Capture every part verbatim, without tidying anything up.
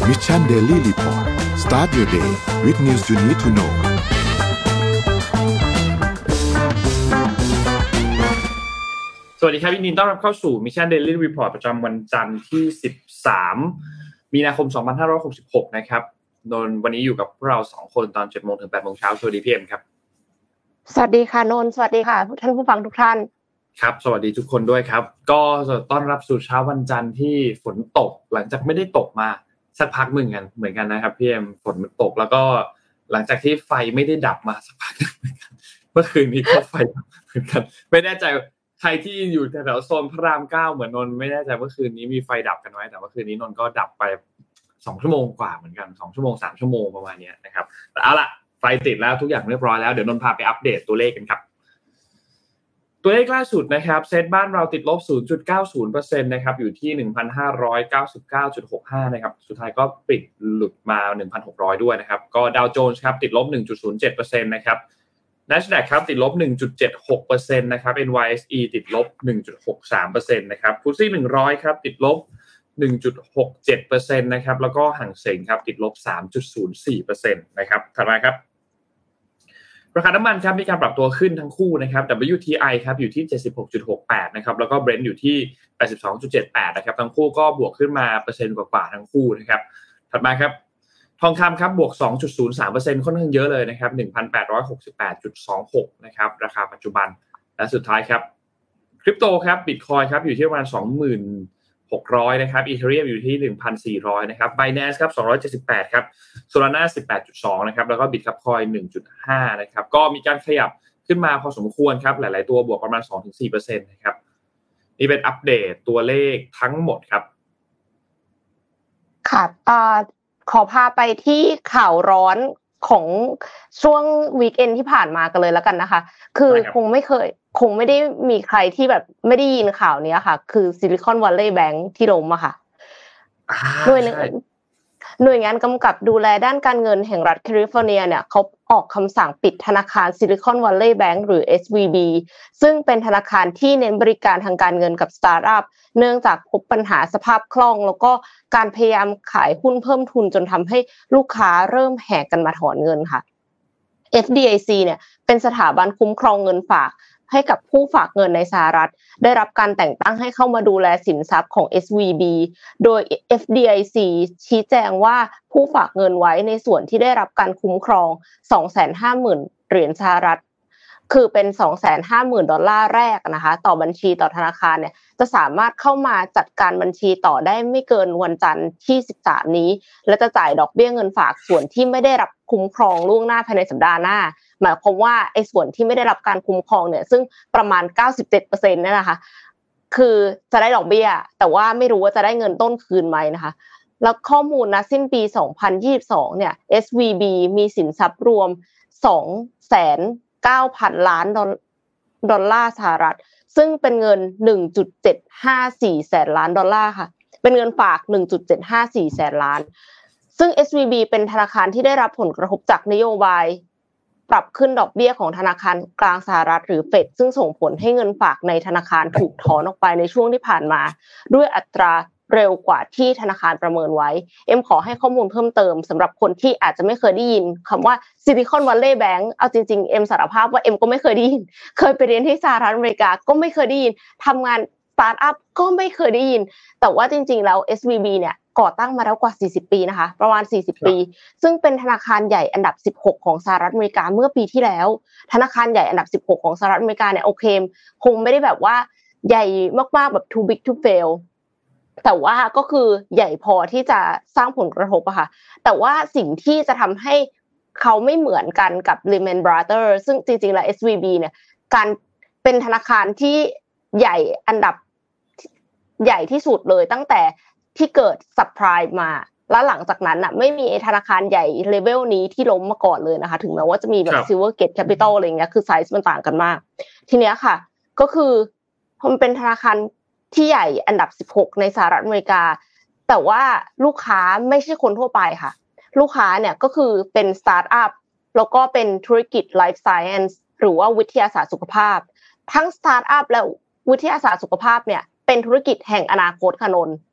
Mission Daily Report start your day with news you need to know สวัสดีครับยินดีต้อนรับเข้าสู่ Mission Daily Report ประจำวันจันทร์ที่สิบสามมีนาคมสองพันห้าร้อยหกสิบหกนะครับนนท์วันนี้อยู่กับพวกเราสองคนตอน เจ็ดโมง ถึง แปดโมง เช้าสวัสดีพี่เอ็มครับสวัสดีค่ะนนท์สวัสดีค่ะท่านผู้ฟังทุกท่านครับสวัสดีทุกคนด้วยครับก็ต้อนรับสู่เช้าวันจันทร์ที่ฝนตกหลังจากไม่ได้ตกมาสักพักหนึ่งกันเหมือนกันนะครับพี่เอ็มฝนมันตกแล้วก็หลังจากที่ไฟไม่ได้ดับมาสักพักนึงเมื่อคืนนี้ก็ไฟเหมือนกันไม่แน่ใจใครที่อยู่แถวๆโซนพระรามเก้าเหมือนนนท์ไม่แน่ใจเมื่อคืนนี้มีไฟดับกันไหมแต่เมื่อคืนนี้นนท์ก็ดับไปสองชั่วโมงกว่าเหมือนกันสองชั่วโมงสามชั่วโมงประมาณนี้นะครับแต่เอาล่ะไฟติดแล้วทุกอย่างเรียบร้อยแล้วเดี๋ยวนนท์พาไปอัปเดตตัวเลขกันครับตัวเลขล่าสุดนะครับเซตบ้านเราติดลบ ศูนย์จุดเก้าศูนย์เปอร์เซ็นต์ นะครับอยู่ที่ หนึ่งพันห้าร้อยเก้าสิบเก้าจุดหกห้า นะครับสุดท้ายก็ปิดหลุดมา หนึ่งพันหกร้อย ด้วยนะครับก็ดาวโจนส์ครับติดลบ หนึ่งจุดศูนย์เจ็ดเปอร์เซ็นต์ นะครับ Nasdaq ครับติดลบ หนึ่งจุดเจ็ดหกเปอร์เซ็นต์ นะครับ เอ็น วาย เอส อี ติดลบ หนึ่งจุดหกสามเปอร์เซ็นต์ นะครับ ฟุตซี่ หนึ่งร้อยครับติดลบ หนึ่งจุดหกเจ็ดเปอร์เซ็นต์ นะครับแล้วก็หั่งเส็งครับติดลบ สามจุดศูนย์สี่เปอร์เซ็นต์ นะครับถัดมาครับราคาน้ำมันครับมีการปรับตัวขึ้นทั้งคู่นะครับ ดับเบิลยู ที ไอ ครับอยู่ที่ เจ็ดสิบหกจุดหกแปด นะครับแล้วก็ Brent อยู่ที่ แปดสิบสองจุดเจ็ดแปด นะครับทั้งคู่ก็บวกขึ้นมาเปอร์เซ็นต์กว่าๆทั้งคู่นะครับถัดมาครับทองคำครับบวก สองจุดศูนย์สามเปอร์เซ็นต์ ค่อนข้างเยอะเลยนะครับ หนึ่งพันแปดร้อยหกสิบแปดจุดสองหก นะครับราคาปัจจุบันและสุดท้ายครับคริปโตครับ Bitcoin ครับอยู่ที่ประมาณ สองหมื่นหกร้อย นะครับ Ethereum อยู่ที่ หนึ่งพันสี่ร้อย นะครับ Binance ครับสองร้อยเจ็ดสิบแปดครับ Solana สิบแปดจุดสอง นะครับแล้วก็ Bitcoin หนึ่งจุดห้า นะครับก็มีการขยับขึ้นมาพอสมควรครับหลายๆตัวบวกประมาณ สองถึงสี่เปอร์เซ็นต์ นะครับนี่เป็นอัปเดตตัวเลขทั้งหมดครับค่ะอ่าขอพาไปที่ข่าวร้อนของช่วงวีคเอนด์ที่ผ่านมากันเลยแล้วกันนะคะคือคงไม่เคยคงไม่ได้มีใครที่แบบไม่ได้ยินข่าวนี้ค่ะคือ Silicon Valley Bank ที่ล้มอะค่ะหน่วยหน่วยงานกำกับดูแลด้านการเงินแห่งรัฐแคลิฟอร์เนียเนี่ยเขาออกคำสั่งปิดธนาคาร Silicon Valley Bank หรือ เอส วี บี ซึ่งเป็นธนาคารที่เน้นบริการทางการเงินกับสตาร์ทอัพเนื่องจากพบปัญหาสภาพคล่องแล้วก็การพยายามขายหุ้นเพิ่มทุนจนทำให้ลูกค้าเริ่มแห่กันมาถอนเงินค่ะ เอฟ ดี ไอ ซี เนี่ยเป็นสถาบันคุ้มครองเงินฝากให้กับผู้ฝากเงินในสหรัฐได้รับการแต่งตั้งให้เข้ามาดูแลสินทรัพย์ของ เอส วี บี โดย เอฟ ดี ไอ ซี ชี้แจงว่าผู้ฝากเงินไว้ในส่วนที่ได้รับการคุ้มครอง สองแสนห้าหมื่น เหรียญสหรัฐคือเป็น สองแสนห้าหมื่น ดอลลาร์แรกนะคะต่อบัญชีต่อธนาคารเนี่ยจะสามารถเข้ามาจัดการบัญชีต่อได้ไม่เกินวันจันทร์ที่สิบสามนี้และจะจ่ายดอกเบี้ยเงินฝากส่วนที่ไม่ได้รับคุ้มครองล่วงหน้าภายในสัปดาห์หน้าหมายความว่าไอ้ส่วนที่ไม่ได้รับการคุ้มครองเนี่ยซึ่งประมาณ เก้าสิบเจ็ดเปอร์เซ็นต์ เนี่ยนะคะคือจะได้ดอกเบี้ยแต่ว่าไม่รู้ว่าจะได้เงินต้นคืนไหมนะคะแล้วข้อมูลนะสิ้นปีสองพันยี่สิบสองเนี่ย เอส วี บี มีสินทรัพย์รวม สองแสนเก้าพัน ล้านดอลลาร์สหรัฐซึ่งเป็นเงิน หนึ่งจุดเจ็ดห้าสี่ แสนล้านดอลลาร์ค่ะเป็นเงินฝาก หนึ่งจุดเจ็ดห้าสี่ แสนล้านซึ่ง เอส วี บี เป็นธนาคารที่ได้รับผลกระทบจากนโยบายปรับขึ้นดอกเบี้ยของธนาคารกลางสหรัฐหรือเฟดซึ่งส่งผลให้เงินฝากในธนาคารถูกถอนออกไปในช่วงที่ผ่านมาด้วยอัตราเร็วกว่าที่ธนาคารประเมินไว้เอ็มขอให้ข้อมูลเพิ่มเติมสำหรับคนที่อาจจะไม่เคยได้ยินคำว่า Silicon Valley Bank เอาจริงๆเอ็มสารภาพว่าเอ็มก็ไม่เคยได้ยินเคยไปเรียนที่สหรัฐอเมริกาก็ไม่เคยได้ยินทำงานสตาร์ทอัพก็ไม่เคยได้ยินแต่ว่าจริงๆแล้ว เอส วี บี เนี่ยก่อตั้งมาแล้วกว่าสี่สิบปีนะคะประมาณสี่สิบปีซึ่งเป็นธนาคารใหญ่อันดับสิบหกของสหรัฐอเมริกาเมื่อปีที่แล้วธนาคารใหญ่อันดับสิบหกของสหรัฐอเมริกาเนี่ยโอเคคงไม่ได้แบบว่าใหญ่มากๆแบบ too big to fail แต่ว่าก็คือใหญ่พอที่จะสร้างผลกระทบอะค่ะแต่ว่าสิ่งที่จะทำให้เขาไม่เหมือนกันกับ Lehman Brothers ซึ่งจริงๆแล้ว เอส วี บี เนี่ยการเป็นธนาคารที่ใหญ่อันดับใหญ่ที่สุดเลยตั้งแต่ที่เกิดซับไพรม์มาแล้วหลังจากนั้นน่ะไม่มีธนาคารใหญ่เลเวลนี้ที่ล้มมาก่อนเลยนะคะถึงแม้ว่าจะมีแบบ Silvergate Capital อะไรอย่างเงี้ยคือไซส์มันต่างกันมากทีเนี้ยค่ะก็คือมันเป็นธนาคารที่ใหญ่อันดับสิบหกในสหรัฐอเมริกาแต่ว่าลูกค้าไม่ใช่คนทั่วไปค่ะลูกค้าเนี่ยก็คือเป็นสตาร์ทอัพแล้วก็เป็นธุรกิจไลฟ์ไซเอนซ์หรือว่าวิทยาศาสตร์สุขภาพทั้งสตาร์ทอัพและวิทยาศาสตร์สุขภาพเนี่ยเป็นธุรกิจแห่งอนาคตค่ะนนท์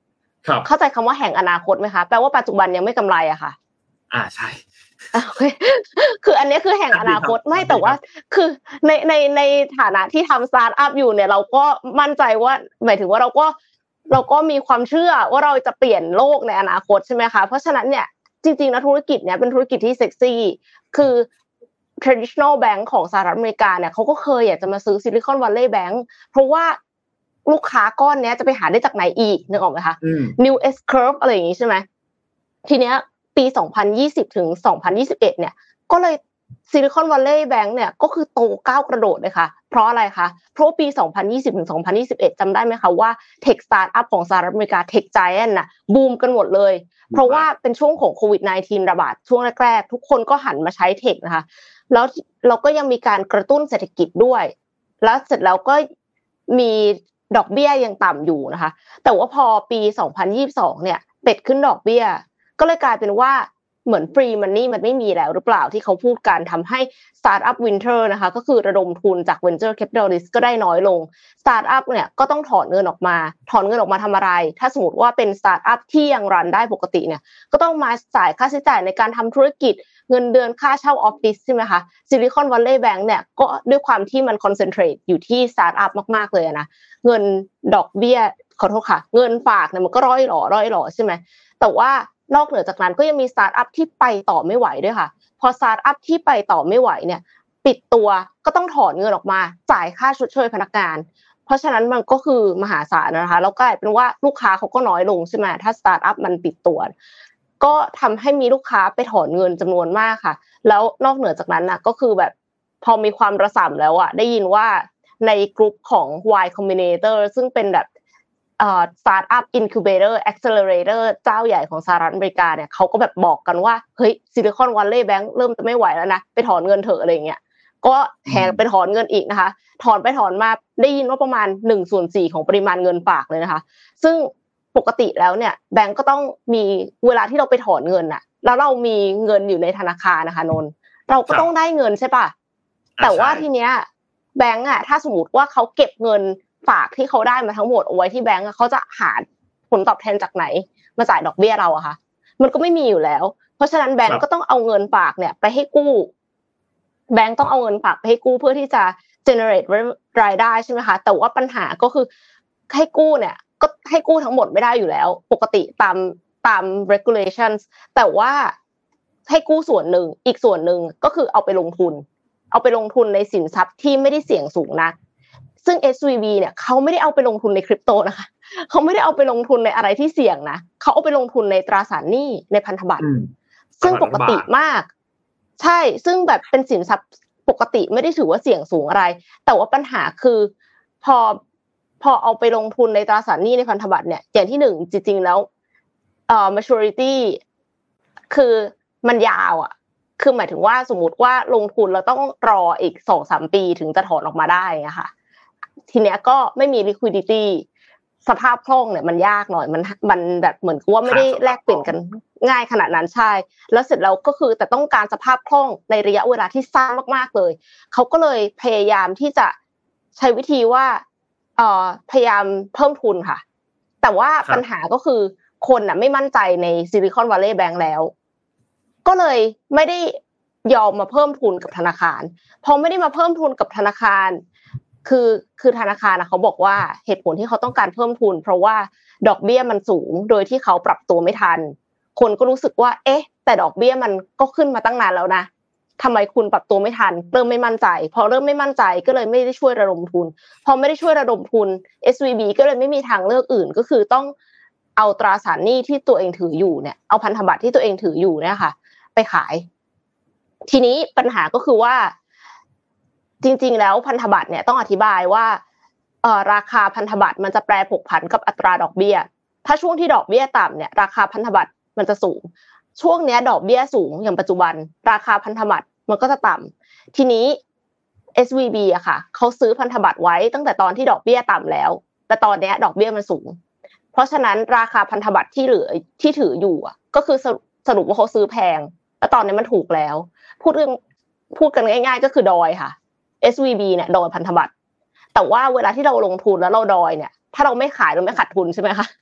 เข้าใจคำว่าแห่งอนาคตไหมคะแปลว่าปัจจุบันยังไม่กำไรอะค่ะอ่าใช่คืออันนี้คือแห่งอนาคตไม่แต่ว่าคือในในในฐานะที่ทำสตาร์ทอัพอยู่เนี่ยเราก็มั่นใจว่าหมายถึงว่าเราก็เราก็มีความเชื่อว่าเราจะเปลี่ยนโลกในอนาคตใช่ไหมคะเพราะฉะนั้นเนี่ยจริงๆนะธุรกิจเนี่ยเป็นธุรกิจที่เซ็กซี่คือ traditional bank ของสหรัฐอเมริกาเนี่ยเขาก็เคยอยากจะมาซื้อ Silicon Valley Bank เพราะว่าลูกค้าก้อนนี้จะไปหาได้จากไหนอีกนึกออกไหมคะ New S Curve อะไรอย่างงี้ใช่ไหมทีเนี้ยปีสองพันยี่สิบถึงสองพันยี่สิบเอ็ดเนี่ยก็เลย Silicon Valley Bank เนี่ยก็คือโตก้าวกระโดดเลยค่ะเพราะอะไรคะเพราะปีสองพันยี่สิบถึงสองพันยี่สิบเอ็ดจำได้ไหมคะว่า Tech Startup ของสหรัฐอเมริกา Tech Giant น่ะบูมกันหมดเลยเพราะว่าเป็นช่วงของโควิด สิบเก้า ระบาดช่วงแรกๆทุกคนก็หันมาใช้เทคนะคะแล้วเราก็ยังมีการกระตุ้นเศรษฐกิจด้วยแล้วเสร็จแล้วก็มีดอกเบี้ยยังต่ำอยู่นะคะแต่ว่าพอปีสองพันยี่สิบสองเนี่ยเป็ดขึ้นดอกเบี้ยก็เลยกลายเป็นว่าเหมือนฟรีมันนี่มันไม่มีแล้วหรือเปล่าที่เขาพูดกันทำให้ Startup Winter นะคะก็คือระดมทุนจาก Venture Capitalist ก็ได้น้อยลง Startup เนี่ยก็ต้องถอนเงินออกมาถอนเงินออกมาทำอะไรถ้าสมมติว่าเป็น Startup ที่ยังรันได้ปกติเนี่ยก็ต้องมาจ่ายค่าใช้จ่ายในการทำธุรกิจเงินเดือนค่าเช่าออฟฟิศใช่ไหมคะ Silicon Valley Bank เนี่ยก็ด้วยความที่มัน concentrate อยู่ที่ Startup มากๆเลยนะเงินดอกเบี้ยขอโทษค่ะเงินฝากเนี่ยมันก็ร่อยหล่อร่อยหล่อใช่ไหมแต่ว่านอกเหนือจากนั้นก็ยังมีสตาร์ทอัพที่ไปต่อไม่ไหวด้วยค่ะพอสตาร์ทอัพที่ไปต่อไม่ไหวเนี่ยปิดตัวก็ต้องถอนเงินออกมาจ่ายค่าชดเชยพนักงานเพราะฉะนั้นมันก็คือมหาศาลนะคะแล้วกลายเป็นว่าลูกค้าเขาก็น้อยลงใช่ไหมถ้าสตาร์ทอัพมันปิดตัวก็ทำให้มีลูกค้าไปถอนเงินจำนวนมากค่ะแล้วนอกเหนือจากนั้นน่ะก็คือแบบพอมีความระส่ำแล้วอ่ะได้ยินว่าในกลุ่มของ Y Combinator ซึ่งเป็นแบบเอ่อ Startup Incubator Accelerator เจ้าใหญ่ของสหรัฐอเมริกาเนี่ยเขาก็แบบบอกกันว่าเฮ้ย Silicon Valley Bank เริ่มจะไม่ไหวแล้วนะไปถอนเงินเถอะอะไรอย่างเงี้ยก็แห่ไปถอนเงินอีกนะคะถอนไปถอนมาได้ยินว่าประมาณหนึ่งส่วนสี่ของปริมาณเงินฝากเลยนะคะซึ่งปกติแล้วเนี่ยแบงก์ก็ต้องมีเวลาที่เราไปถอนเงินน่ะแล้วเรามีเงินอยู่ในธนาคารนะคะนนท์เราก็ต้องได้เงินใช่ป่ะแต่ว่าทีเนี้ยแบงก์อ่ะถ้าสมมติว่าเขาเก็บเงินฝากที่เขาได้มาทั้งหมดเอาไว้ที่แบงก์เขาจะหาผลตอบแทนจากไหนมาจ่ายดอกเบี้ยเราอะค่ะมันก็ไม่มีอยู่แล้วเพราะฉะนั้นแบงก์ก็ต้องเอาเงินฝากเนี่ยไปให้กู้แบงก์ต้องเอาเงินฝากไปให้กู้เพื่อที่จะ generate รายได้ใช่ไหมคะแต่ว่าปัญหาก็คือให้กู้เนี่ยก็ให้กู้ทั้งหมดไม่ได้อยู่แล้วปกติตามตาม regulations แต่ว่าให้กู้ส่วนหนึ่งอีกส่วนหนึ่งก็คือเอาไปลงทุนเอาไปลงทุนในสินทรัพย์ที่ไม่ได้เสี่ยงสูงนักซึ่ง เอส วี บี เนี่ยเขาไม่ได้เอาไปลงทุนในคริปโตนะคะเขาไม่ได้เอาไปลงทุนในอะไรที่เสี่ยงนะเขาเอาไปลงทุนในตราสารหนี้ในพันธบัตรซึ่งปกติมากใช่ซึ่งแบบเป็นสินทรัพย์ปกติไม่ได้ถือว่าเสี่ยงสูงอะไรแต่ว่าปัญหาคือพอพอเอาไปลงทุนในตราสารหนี้ในพันธบัตรเนี่ยอย่างที่หนึ่งจริงๆแล้วเอ่อ maturity คือมันยาวอ่ะคือหมายถึงว่าสมมุติว่าลงทุนเราต้องรออีก สองถึงสาม ปีถึงจะถอนออกมาได้นะคะทีเนี้ยก็ไม่มี liquidity สภาพคล่องเนี่ยมันยากหน่อยมันมันแบบเหมือนกับว่าไม่ได้แลกเปลี่ยนกันง่ายขนาดนั้นใช่แล้วเสร็จแล้วก็คือแต่ต้องการสภาพคล่องในระยะเวลาที่สั้นมากๆเลยเขาก็เลยพยายามที่จะใช้วิธีว่าเอ่อพยายามเพิ่มทุนค่ะแต่ว่าปัญหาก็คือคนน่ะไม่มั่นใจใน Silicon Valley Bank แล้วก็เลยไม่ได้ยอมมาเพิ่มทุนกับธนาคารพอไม่ได้มาเพิ่มทุนกับธนาคารคือคือธนาคารนะเขาบอกว่าเหตุผลที่เขาต้องการเพิ่มทุนเพราะว่าดอกเบี้ยมันสูงโดยที่เขาปรับตัวไม่ทันคนก็รู้สึกว่าเอ๊ะแต่ดอกเบี้ยมันก็ขึ้นมาตั้งนานแล้วนะทำไมคุณปรับตัวไม่ทันเริ่มไม่มั่นใจพอเริ่มไม่มั่นใจก็เลยไม่ได้ช่วยระดมทุนพอไม่ได้ช่วยระดมทุน เอส วี บี ก็เลยไม่มีทางเลือกอื่นก็คือต้องเอาตราสารหนี้ที่ตัวเองถืออยู่เนี่ยเอาพันธบัตรที่ตัวเองถืออยู่เนี่ยค่ะไปขายทีนี้ปัญหาก็คือว่าจริงๆแล้วพันธบัตรเนี่ยต้องอธิบายว่าเอ่อราคาพันธบัตรมันจะแปรผกผันกับอัตราดอกเบี้ยถ้าช่วงที่ดอกเบี้ยต่ำเนี่ยราคาพันธบัตรมันจะสูงช่วงเนี้ยดอกเบี้ยสูงอย่างปัจจุบันราคาพันธบัตรมันก็จะต่ำทีนี้ เอส วี บี อะค่ะเขาซื้อพันธบัตรไว้ตั้งแต่ตอนที่ดอกเบี้ยต่ำแล้วแต่ตอนเนี้ยดอกเบี้ยมันสูงเพราะฉะนั้นราคาพันธบัตรที่เหลือที่ถืออยู่อะก็คือสรุปว่าเขาซื้อแพงแล้วตอนนี้มันถูกแล้วพูดเรื่องพูดกันง่ายๆก็คือดอยค่ะ เอส วี บี เนี่ยดอยพันธบัตรแต่ว่าเวลาที่เราลงทุนแล้วเราดอยเนี่ยถ้าเราไม่ขายเราไม่ขาดทุนใช่ไหมคะ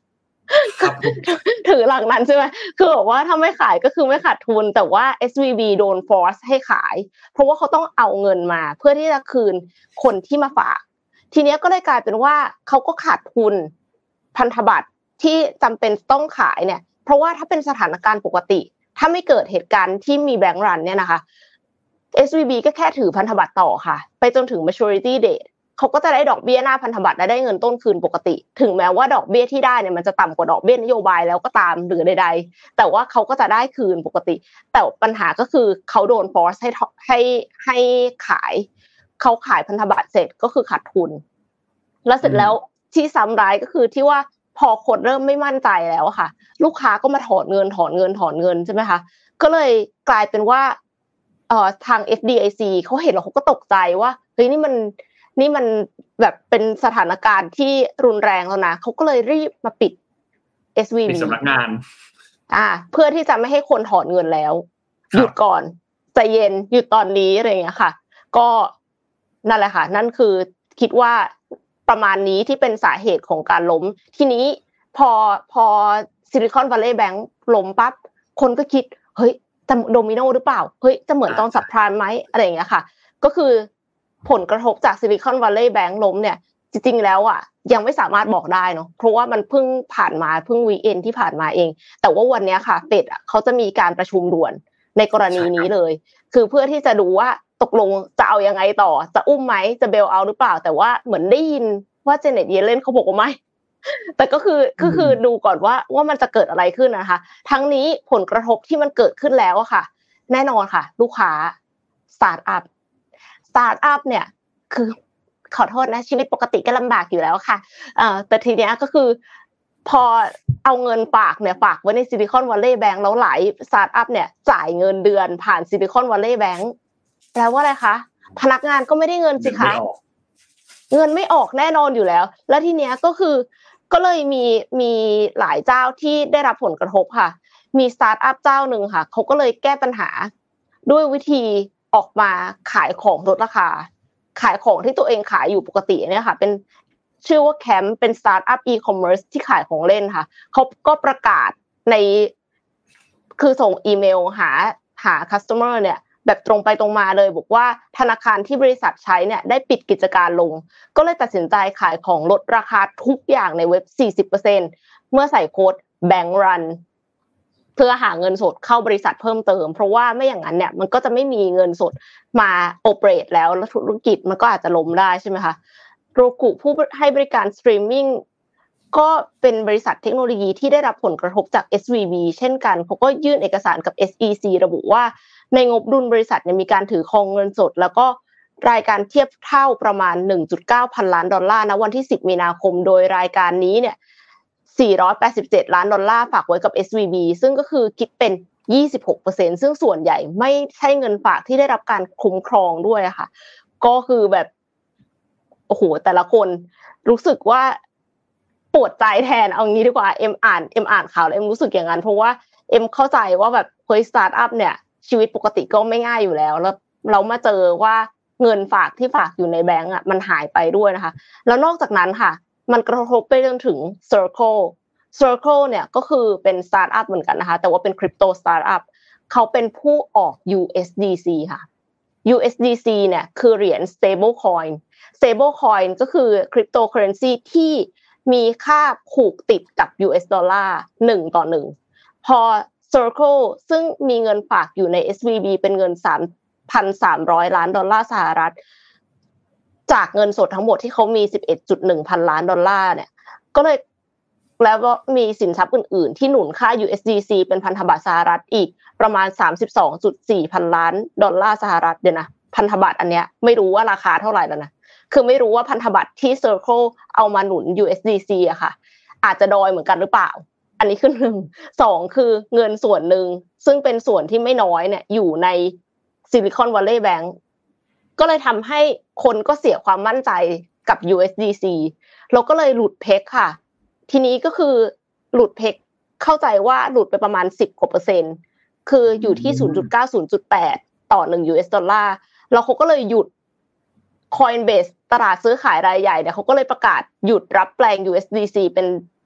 ถือหลักนั้นใช่ไหมคือบอกว่าถ้าไม่ขายก็คือไม่ขาดทุนแต่ว่า เอส วี บี โดน force ให้ขายเพราะว่าเขาต้องเอาเงินมาเพื่อที่จะคืนคนที่มาฝากทีนี้ก็เลยกลายเป็นว่าเขาก็ขาดทุนพันธบัตรที่จำเป็นต้องขายเนี่ยเพราะว่าถ้าเป็นสถานการณ์ปกติถ้าไม่เกิดเหตุการณ์ที่มีแบงก์รันเนี่ยนะคะ เอส วี บี ก็แค่ถือพันธบัตรต่อค่ะไปจนถึง maturity date เขาก็จะได้ดอกเบี้ยหน้าพันธบัตรและได้เงินต้นคืนปกติถึงแม้ว่าดอกเบี้ยที่ได้เนี่ยมันจะต่ำกว่าดอกเบี้ยนโยบายแล้วก็ตามหรือใดๆแต่ว่าเขาก็จะได้คืนปกติแต่ปัญหาก็คือเขาโดน force ให้ให้ให้ขายเขาขายพันธบัตรเสร็จก็คือขาดทุนแล้วเสร็จแล้วที่ซ้ำร้ายก็คือที่ว่าพอคนเริ่มไม่มั่นใจแล้วค่ะลูกค้าก็มาถอนเงินถอนเงินถอนเงินใช่ไหมคะก็เลยกลายเป็นว่าเอ่อทาง เอฟ ดี ไอ ซี เขาเห็นแล้วเขาก็ตกใจว่าเฮ้ยนี่มันนี่มันแบบเป็นสถานการณ์ที่รุนแรงแล้วนะเขาก็เลยรีบมาปิด เอส วี บีปิดสำนักงานอ่าเพื่อที่จะไม่ให้คนถอนเงินแล้วหยุดก่อนใจเย็นหยุดตอนนี้อะไรอย่างเงี้ยค่ะก็นั่นแหละค่ะนั่นคือคิดว่าประมาณนี้ที่เป็นสาเหตุของการล้มทีนี้พอพอ Silicon Valley Bank ล้มปั๊บคนก็คิดเฮ้ยจะโดมิโนหรือเปล่าเฮ้ยจะเหมือนตอนซับไพรม์มั้ยอะไรอย่างเงี้ยค่ะก็คือผลกระทบจาก Silicon Valley Bank ล้มเนี่ยจริงๆแล้วอ่ะยังไม่สามารถบอกได้เนาะเพราะว่ามันเพิ่งผ่านมาเพิ่งวีคเอนด์ที่ผ่านมาเองแต่ว่าวันนี้ค่ะเฟดอ่ะเขาจะมีการประชุมด่วนในกรณีนี้เลยคือเพื่อที่จะดูว่าตกลงจะเอายังไงต่อจะอุ้มไหมจะเบลเอาหรือเปล่าแต่ว่าเหมือนได้ยินว่าเจเน็ตเยเลนเขาบอกว่าไม่แต่ก็คือก็คือดูก่อนว่าว่ามันจะเกิดอะไรขึ้นนะคะทั้งนี้ผลกระทบที่มันเกิดขึ้นแล้วอะค่ะแน่นอนค่ะลูกค้าสตาร์ทอัพสตาร์ทอัพเนี่ยคือขอโทษนะชีวิตปกติก็ลำบากอยู่แล้วค่ะเอ่อแต่ทีเนี้ยก็คือพอเอาเงินฝากเนี่ยฝากไว้ใน Silicon Valley Bank แล้วหลายสตาร์ทอัพเนี่ยจ่ายเงินเดือนผ่าน Silicon Valley Bank แปลว่าอะไรคะพนักงานก็ไม่ได้เงินสิคะเงินไม่ออกแน่นอนอยู่แล้วแล้วทีเนี้ยก็คือก็เลยมีมีหลายเจ้าที่ได้รับผลกระทบค่ะมีสตาร์ทอัพเจ้านึงค่ะเขาก็เลยแก้ปัญหาด้วยวิธีออกมาขายของลดราคาขายของที่ตัวเองขายอยู่ปกติเนี่ยค่ะเป็นชื่อว่าแคมป์เป็นสตาร์ทอัพอีคอมเมิร์ซที่ขายของเล่นค่ะเขาก็ประกาศในคือส่งอีเมลหาหาคัสเตอร์เนี่ยแบบตรงไปตรงมาเลยบอกว่าธนาคารที่บริษัทใช้เนี่ยได้ปิดกิจการลงก็เลยตัดสินใจขายของลดราคาทุกอย่างในเว็บ สี่สิบเปอร์เซ็นต์ เมื่อใส่โค้ด Bank Run เพื่อหาเงินสดเข้าบริษัทเพิ่มเติมเพราะว่าไม่อย่างนั้นเนี่ยมันก็จะไม่มีเงินสดมาโอเปเรตแล้วแล้วธุรกิจมันก็อาจจะล้มได้ใช่ไหมคะโรกุผู้ให้บริการสตรีมมิ่งก็เป็นบริษัทเทคโนโลยีที่ได้รับผลกระทบจาก เอส วี บี เช่นกันเขาก็ยื่นเอกสารกับ เอส อี ซี ระบุว่าในงบดุลบริษัทเนี่ยมีการถือครองเงินสดแล้วก็รายการเทียบเท่าประมาณ หนึ่งจุดเก้า พันล้านดอลลาร์ณวันที่สิบมีนาคมโดยรายการนี้เนี่ยสี่ร้อยแปดสิบเจ็ดล้านดอลลาร์ฝากไว้กับ เอส วี บี ซึ่งก็คือคิดเป็น ยี่สิบหกเปอร์เซ็นต์ ซึ่งส่วนใหญ่ไม่ใช่เงินฝากที่ได้รับการคุ้มครองด้วยค่ะก็คือแบบโอ้โหแต่ละคนรู้สึกว่าปวดใจแทนเอางี้ดีกว่าเอ็มอ่านเอ็มอ่านข่าวแล้วเอ็มรู้สึกอย่างนั้นเพราะว่าเอ็มเข้าใจว่าแบบเฮ้ยสตาร์ทอัพเนี่ยชีวิตปกติก็ไม่ง่ายอยู่แล้วแล้วเรามาเจอว่าเงินฝากที่ฝากอยู่ในแบงก์อ่ะมันหายไปด้วยนะคะแล้วนอกจากนั้นค่ะมันกระทบไปจนถึง Circle Circle เนี่ยก็คือเป็นสตาร์ทอัพเหมือนกันนะคะแต่ว่าเป็นคริปโตสตาร์ทอัพเขาเป็นผู้ออก ยู เอส ดี ซี ค่ะ ยู เอส ดี ซี เนี่ยคือเหรียญ stable coin stable coin ก็คือ cryptocurrency ที่มีค่าผูกติดกับ ยู เอส ดอลลาร์หนึ่งต่อหนึ่งพอ Circle ซึ่งมีเงินฝากอยู่ใน เอส วี บี เป็นเงิน สามพันสามร้อยล้านดอลลาร์สหรัฐจากเงินสดทั้งหมดที่เขามี สิบเอ็ดจุดหนึ่ง พันล้านดอลลาร์เนี่ยก็เลยแล้วก็มีสินทรัพย์อื่นๆที่หนุนค่า ยู เอส ดี ซี เป็นพันธบัตรสหรัฐอีกประมาณ สามสิบสองจุดสี่ พันล้านดอลลาร์สหรัฐเดี๋ยวนะพันธบัตรอันเนี้ยไม่รู้ว่าราคาเท่าไหร่แล้วนะคือไม่รู้ว่าพันธบัตรที่ Circle เอามาหนุน ยู เอส ดี ซี อะค่ะอาจจะดอยเหมือนกันหรือเปล่าอันนี้คือหนึ่ง สองคือเงินส่วนหนึ่งซึ่งเป็นส่วนที่ไม่น้อยเนี่ยอยู่ใน Silicon Valley Bank ก็เลยทำให้คนก็เสียความมั่นใจกับ ยู เอส ดี ซี แล้วก็เลยหลุดเพกค่ะทีนี้ก็คือหลุดเพกเข้าใจว่าหลุดไปประมาณสิบกว่าเปอร์เซ็นต์คืออยู่ที่ ศูนย์จุดเก้า ศูนย์จุดแปด ต่อหนึ่ง ยู เอส ดอลลาร์แล้วเขาก็เลยหยุด Coinbase ตลาดซื้อขายรายใหญ่เนี่ยเขาก็เลยประกาศหยุดรับแปลง ยู เอส ดี ซี เป็น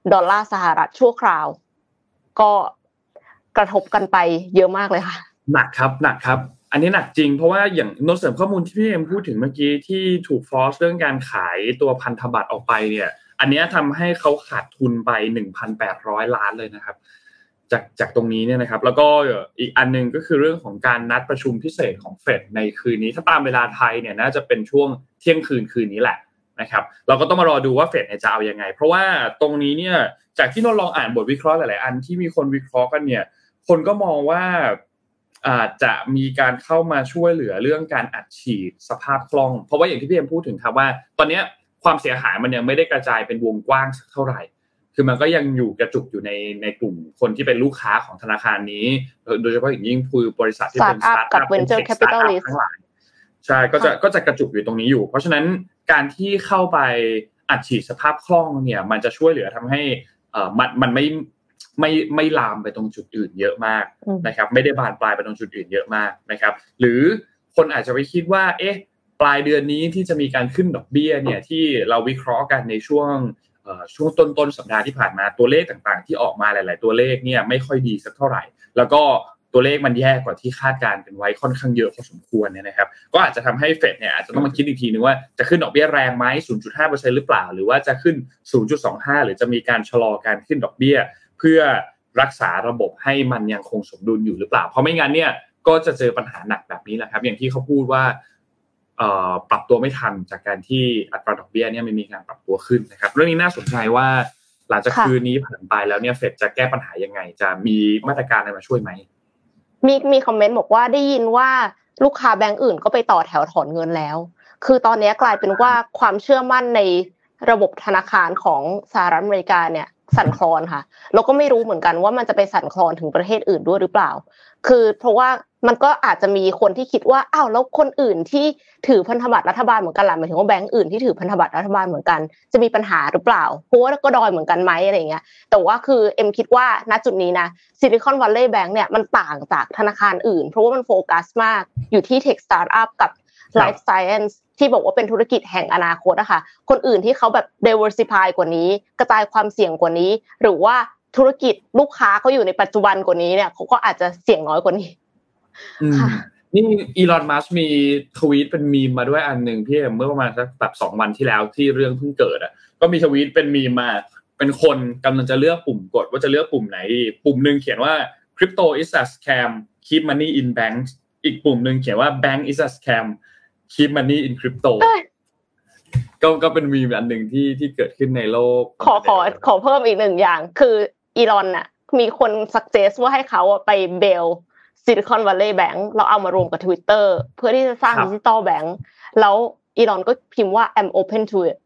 ดอลลาร์สหรัฐชั่วคราวก็กระทบกันไปเยอะมากเลยค่ะหนักครับหนักครับอันนี้หนักจริงเพราะว่าอย่างโน้ตเสริมข้อมูลที่พี่เอ็มพูดถึงเมื่อกี้ที่ถูกฟอร์สเรื่องการขายตัวพันธบัตรออกไปเนี่ยอันนี้ทำให้เขาขาดทุนไป หนึ่งพันแปดร้อย ล้านเลยนะครับจากจากตรงนี้เนี่ยนะครับแล้วก็อีกอันนึงก็คือเรื่องของการนัดประชุมพิเศษของเฟดในคืนนี้ถ้าตามเวลาไทยเนี่ยน่าจะเป็นช่วงเที่ยงคืนคืนนี้แหละนะครับเราก็ต้องมารอดูว่าเฟดเนี่ยจะเอายังไงเพราะว่าตรงนี้เนี่ยจากที่เราลองอ่านบทวิเคราะห์หลายๆอันที่มีคนวิเคราะห์กันเนี่ยคนก็มองว่าอาจจะมีการเข้ามาช่วยเหลือเรื่องการอัดฉีดสภาพคล่องเพราะว่าอย่างที่พี่เอ็มพูดถึงครับว่าตอนนี้ความเสียหายมันยังไม่ได้กระจายเป็นวงกว้างสักเท่าไหร่คือมันก็ยังอยู่กระจุกอยู่ในในกลุ่มคนที่เป็นลูกค้าของธนาคารนี้โดยเฉพาะอย่างยิ่งคือบริษัทที่เป็นสตาร์ทอัพกับ Venture Capitalist ทั้งหลายใช่ก็จะก็จะกระจุกอยู่ตรงนี้อยู่เพราะฉะนั้นการที่เข้าไปอัดฉีดสภาพคล่องเนี่ยมันจะช่วยเหลือทำให้เอ่อมันมันไม่ไม่ไม่ลามไปตรงจุดอื่นเยอะมากนะครับไม่ได้บานปลายไปตรงจุดอื่นเยอะมากนะครับหรือคนอาจจะไปคิดว่าเอ๊ะปลายเดือนนี้ที่จะมีการขึ้นดอกเบี้ยเนี่ยที่เราวิเคราะห์กันในช่วงเอ่อช่วงต้นๆสัปดาห์ที่ผ่านมาตัวเลขต่างๆที่ออกมาหลายๆตัวเลขเนี่ยไม่ค่อยดีสักเท่าไหร่แล้วก็ตัวเลขมันแย่กว่าที่คาดการณ์กันไว้ค่อนข้างเยอะพอสมควรเนี่ยนะครับก็อาจจะทำให้เฟดเนี่ยอาจจะต้องมาคิดอีกทีนึงว่าจะขึ้นดอกเบี้ยแรงไหม ศูนย์จุดห้าเปอร์เซ็นต์ หรือเปล่าหรือว่าจะขึ้น ศูนย์จุดสองห้า หรือจะมีการชะลอการขึ้นดอกเบี้ยเพื่อรักษาระบบให้มันยังคงสมดุลอยู่หรือเปล่าเพราะไม่งั้นเนี่ยก็จะเจอปัญหาหนักแบบนี้แหละครับอย่างที่เขาพูดว่าเอ่อปรับตัวไม่ทันจากการที่อัตราดอกเบี้ยเนี่ยไม่มีการปรับตัวขึ้นนะครับเรื่องนี้น่าสนใจว่าหลังจากคืนนี้ผ่านไปแล้วเนี่ยเฟดจะแก้ปัญหายังไงจะมีมาตรการอะไรมาช่วยไหมมีมีคอมเมนต์บอกว่าได้ยินว่าลูกค้าแบงก์อื่นก็ไปต่อแถวถอนเงินแล้วคือตอนนี้กลายเป็นว่าความเชื่อมั่นในระบบธนาคารของสหรัฐอเมริกาเนี่ยสั่นคลอนค่ะเราก็ไม่รู้เหมือนกันว่ามันจะไปสั่นคลอนถึงประเทศอื่นด้วยหรือเปล่าคือเพราะว่ามันก็อาจจะมีคนที่คิดว่าอ้าวแล้วคนอื่นที่ถือพันธบัตรรัฐบาลเหมือนกันล่ะหมายถึงว่าแบงก์อื่นที่ถือพันธบัตรรัฐบาลเหมือนกันจะมีปัญหาหรือเปล่าเพราะว่าก็ดอยเหมือนกันไหมอะไรอย่างเงี้ยแต่ว่าคือเอ็มคิดว่าณจุดนี้นะซิลิคอนวัลเลย์แบงก์เนี่ยมันต่างจากธนาคารอื่นเพราะว่ามันโฟกัสมากอยู่ที่เทคสตาร์ทอัพกับไลฟ์ไซเอนซ์ที่บอกว่าเป็นธุรกิจแห่งอนาคตอะค่ะคนอื่นที่เขาแบบ diversify กว่านี้กระจายความเสี่ยงกว่านี้หรือว่าธุรกิจลูกค้าเขาอยู่ในปัจจุบันกว่านี้เนี่ยเขาก็อาจจะเสี่ยงน้อยกว่านี้ค่ะนี่อีลอนมัสก์มีทวีตเป็นมีมมาด้วยอันนึงพี่เมื่อประมาณสักแบบสองวันที่แล้วที่เรื่องเพิ่งเกิดอ่ะก็มีทวีตเป็นมีมมาเป็นคนกำลังจะเลือกปุ่มกดว่าจะเลือกปุ่มไหนดีปุ่มนึงเขียนว่า crypto is a scam keep money in banks อีกปุ่มนึงเขียนว่า bank is a scam keep money in crypto ก็ก็เป็นมีมอันนึงที่ที่เกิดขึ้นในโลกขอขอขอเพิ่มอีกหนึ่งอย่างคืออีลอนน่ะมีคนซักเจสว่าให้เขาไปเบลSilicon Valley Bank เราเอามารวมกับ Twitter เพื่อที่จะสร้าง Digital Bank แล้วอีลอนก็พิมพ์ว่า I'm open to it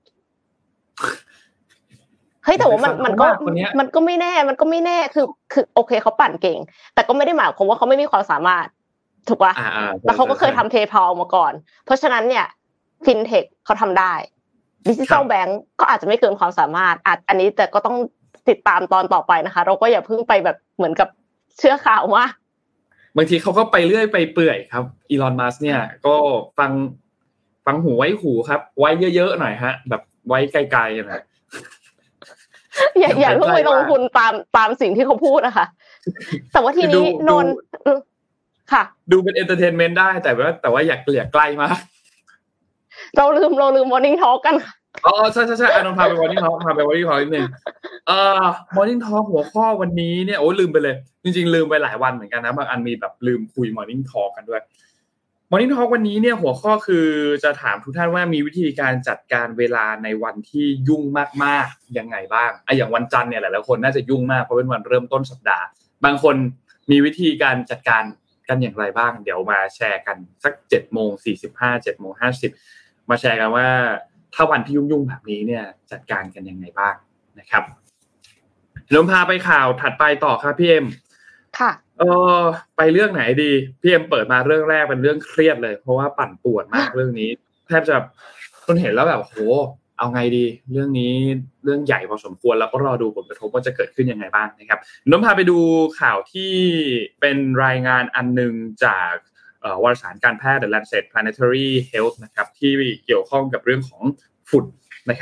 เฮ้ยแต่ว่ามันมันก็มันก็ไม่แน่มันก็ไม่แน่คือคือโอเคเขาปั่นเก่งแต่ก็ไม่ได้หมายความว่าเขาไม่มีความสามารถถูกป่ะแล้วเขาก็เคยทำ PayPal มาก่อนเพราะฉะนั้นเนี่ย FinTech เขาทำได้ Digital Bank ก็อาจจะไม่เกินความสามารถอาจอันนี้แต่ก็ต้องติดตามตอนต่อไปนะคะเราก็อย่าเพิ่งไปแบบเหมือนกับเชื่อข่าวมากบางทีเขาก็ไปเรื่อยไปเปื่อยครับอีลอนมัสก์เนี่ยก็ฟังฟังหูไว้หูครับไว้เยอะๆหน่อยฮะแบบไว้ไกลๆหน่อยอย่าอย่าเพิ่งไปลงทุนตามตามสิ่งที่เขาพูดนะคะแต่ว่าทีนี้นนค่ะดูเป็นเอนเตอร์เทนเมนต์ได้แต่ว่าแต่ว่าอยากอยากใกล้มากเราลืมเราลืม Morning Talk กันอ๋อใช่ๆๆอ่ะนนพาไป Morning Talk พาไป Morning Talk นิดนึงเอ่อ Morning Talk หัวข้อวันนี้เนี่ยโอ้ลืมไปเลยจริงๆลืมไปหลายวันเหมือนกันนะบางอันมีแบบลืมคุย Morning Talk กันด้วย Morning Talk วันนี้เนี่ยหัวข้อคือจะถามทุกท่านว่ามีวิธีการจัดการเวลาในวันที่ยุ่งมากๆยังไงบ้างอ่ะอย่างวันจันทร์เนี่ยหลายๆคนน่าจะยุ่งมากเพราะเป็นวันเริ่มต้นสัปดาห์บางคนมีวิธีการจัดการกันอย่างไรบ้างเดี๋ยวมาแชร์กันสัก เจ็ดโมงสี่สิบห้า เจ็ดโมงห้าสิบมาแชร์กันว่าถ้าวันที่ยุ่งๆแบบนี้เนี่ยจัดการกันยังไงบ้างนะครับเดี๋ยวพาไปข่าวถัดไปต่อครับพี่เอ็มค่ะเออไปเรื่องไหนดีพี่เอ็มเปิดมาเรื่องแรกเป็นเรื่องเครียดเลยเพราะว่าปั่นป่วนมากเรื่องนี้แทบจะคนเห็นแล้วแบบโหเอาไงดีเรื่องนี้เรื่องใหญ่พอสมควรแล้วก็รอดูผลกระทบว่าจะเกิดขึ้นยังไงบ้างนะครับน้องพาไปดูข่าวที่เป็นรายงานอันนึงจากวารสารการแพทย์ The Lancet Planetary Health นะครับที่เกี่ยวข้องกับเรื่องของฝุ่นนะครับ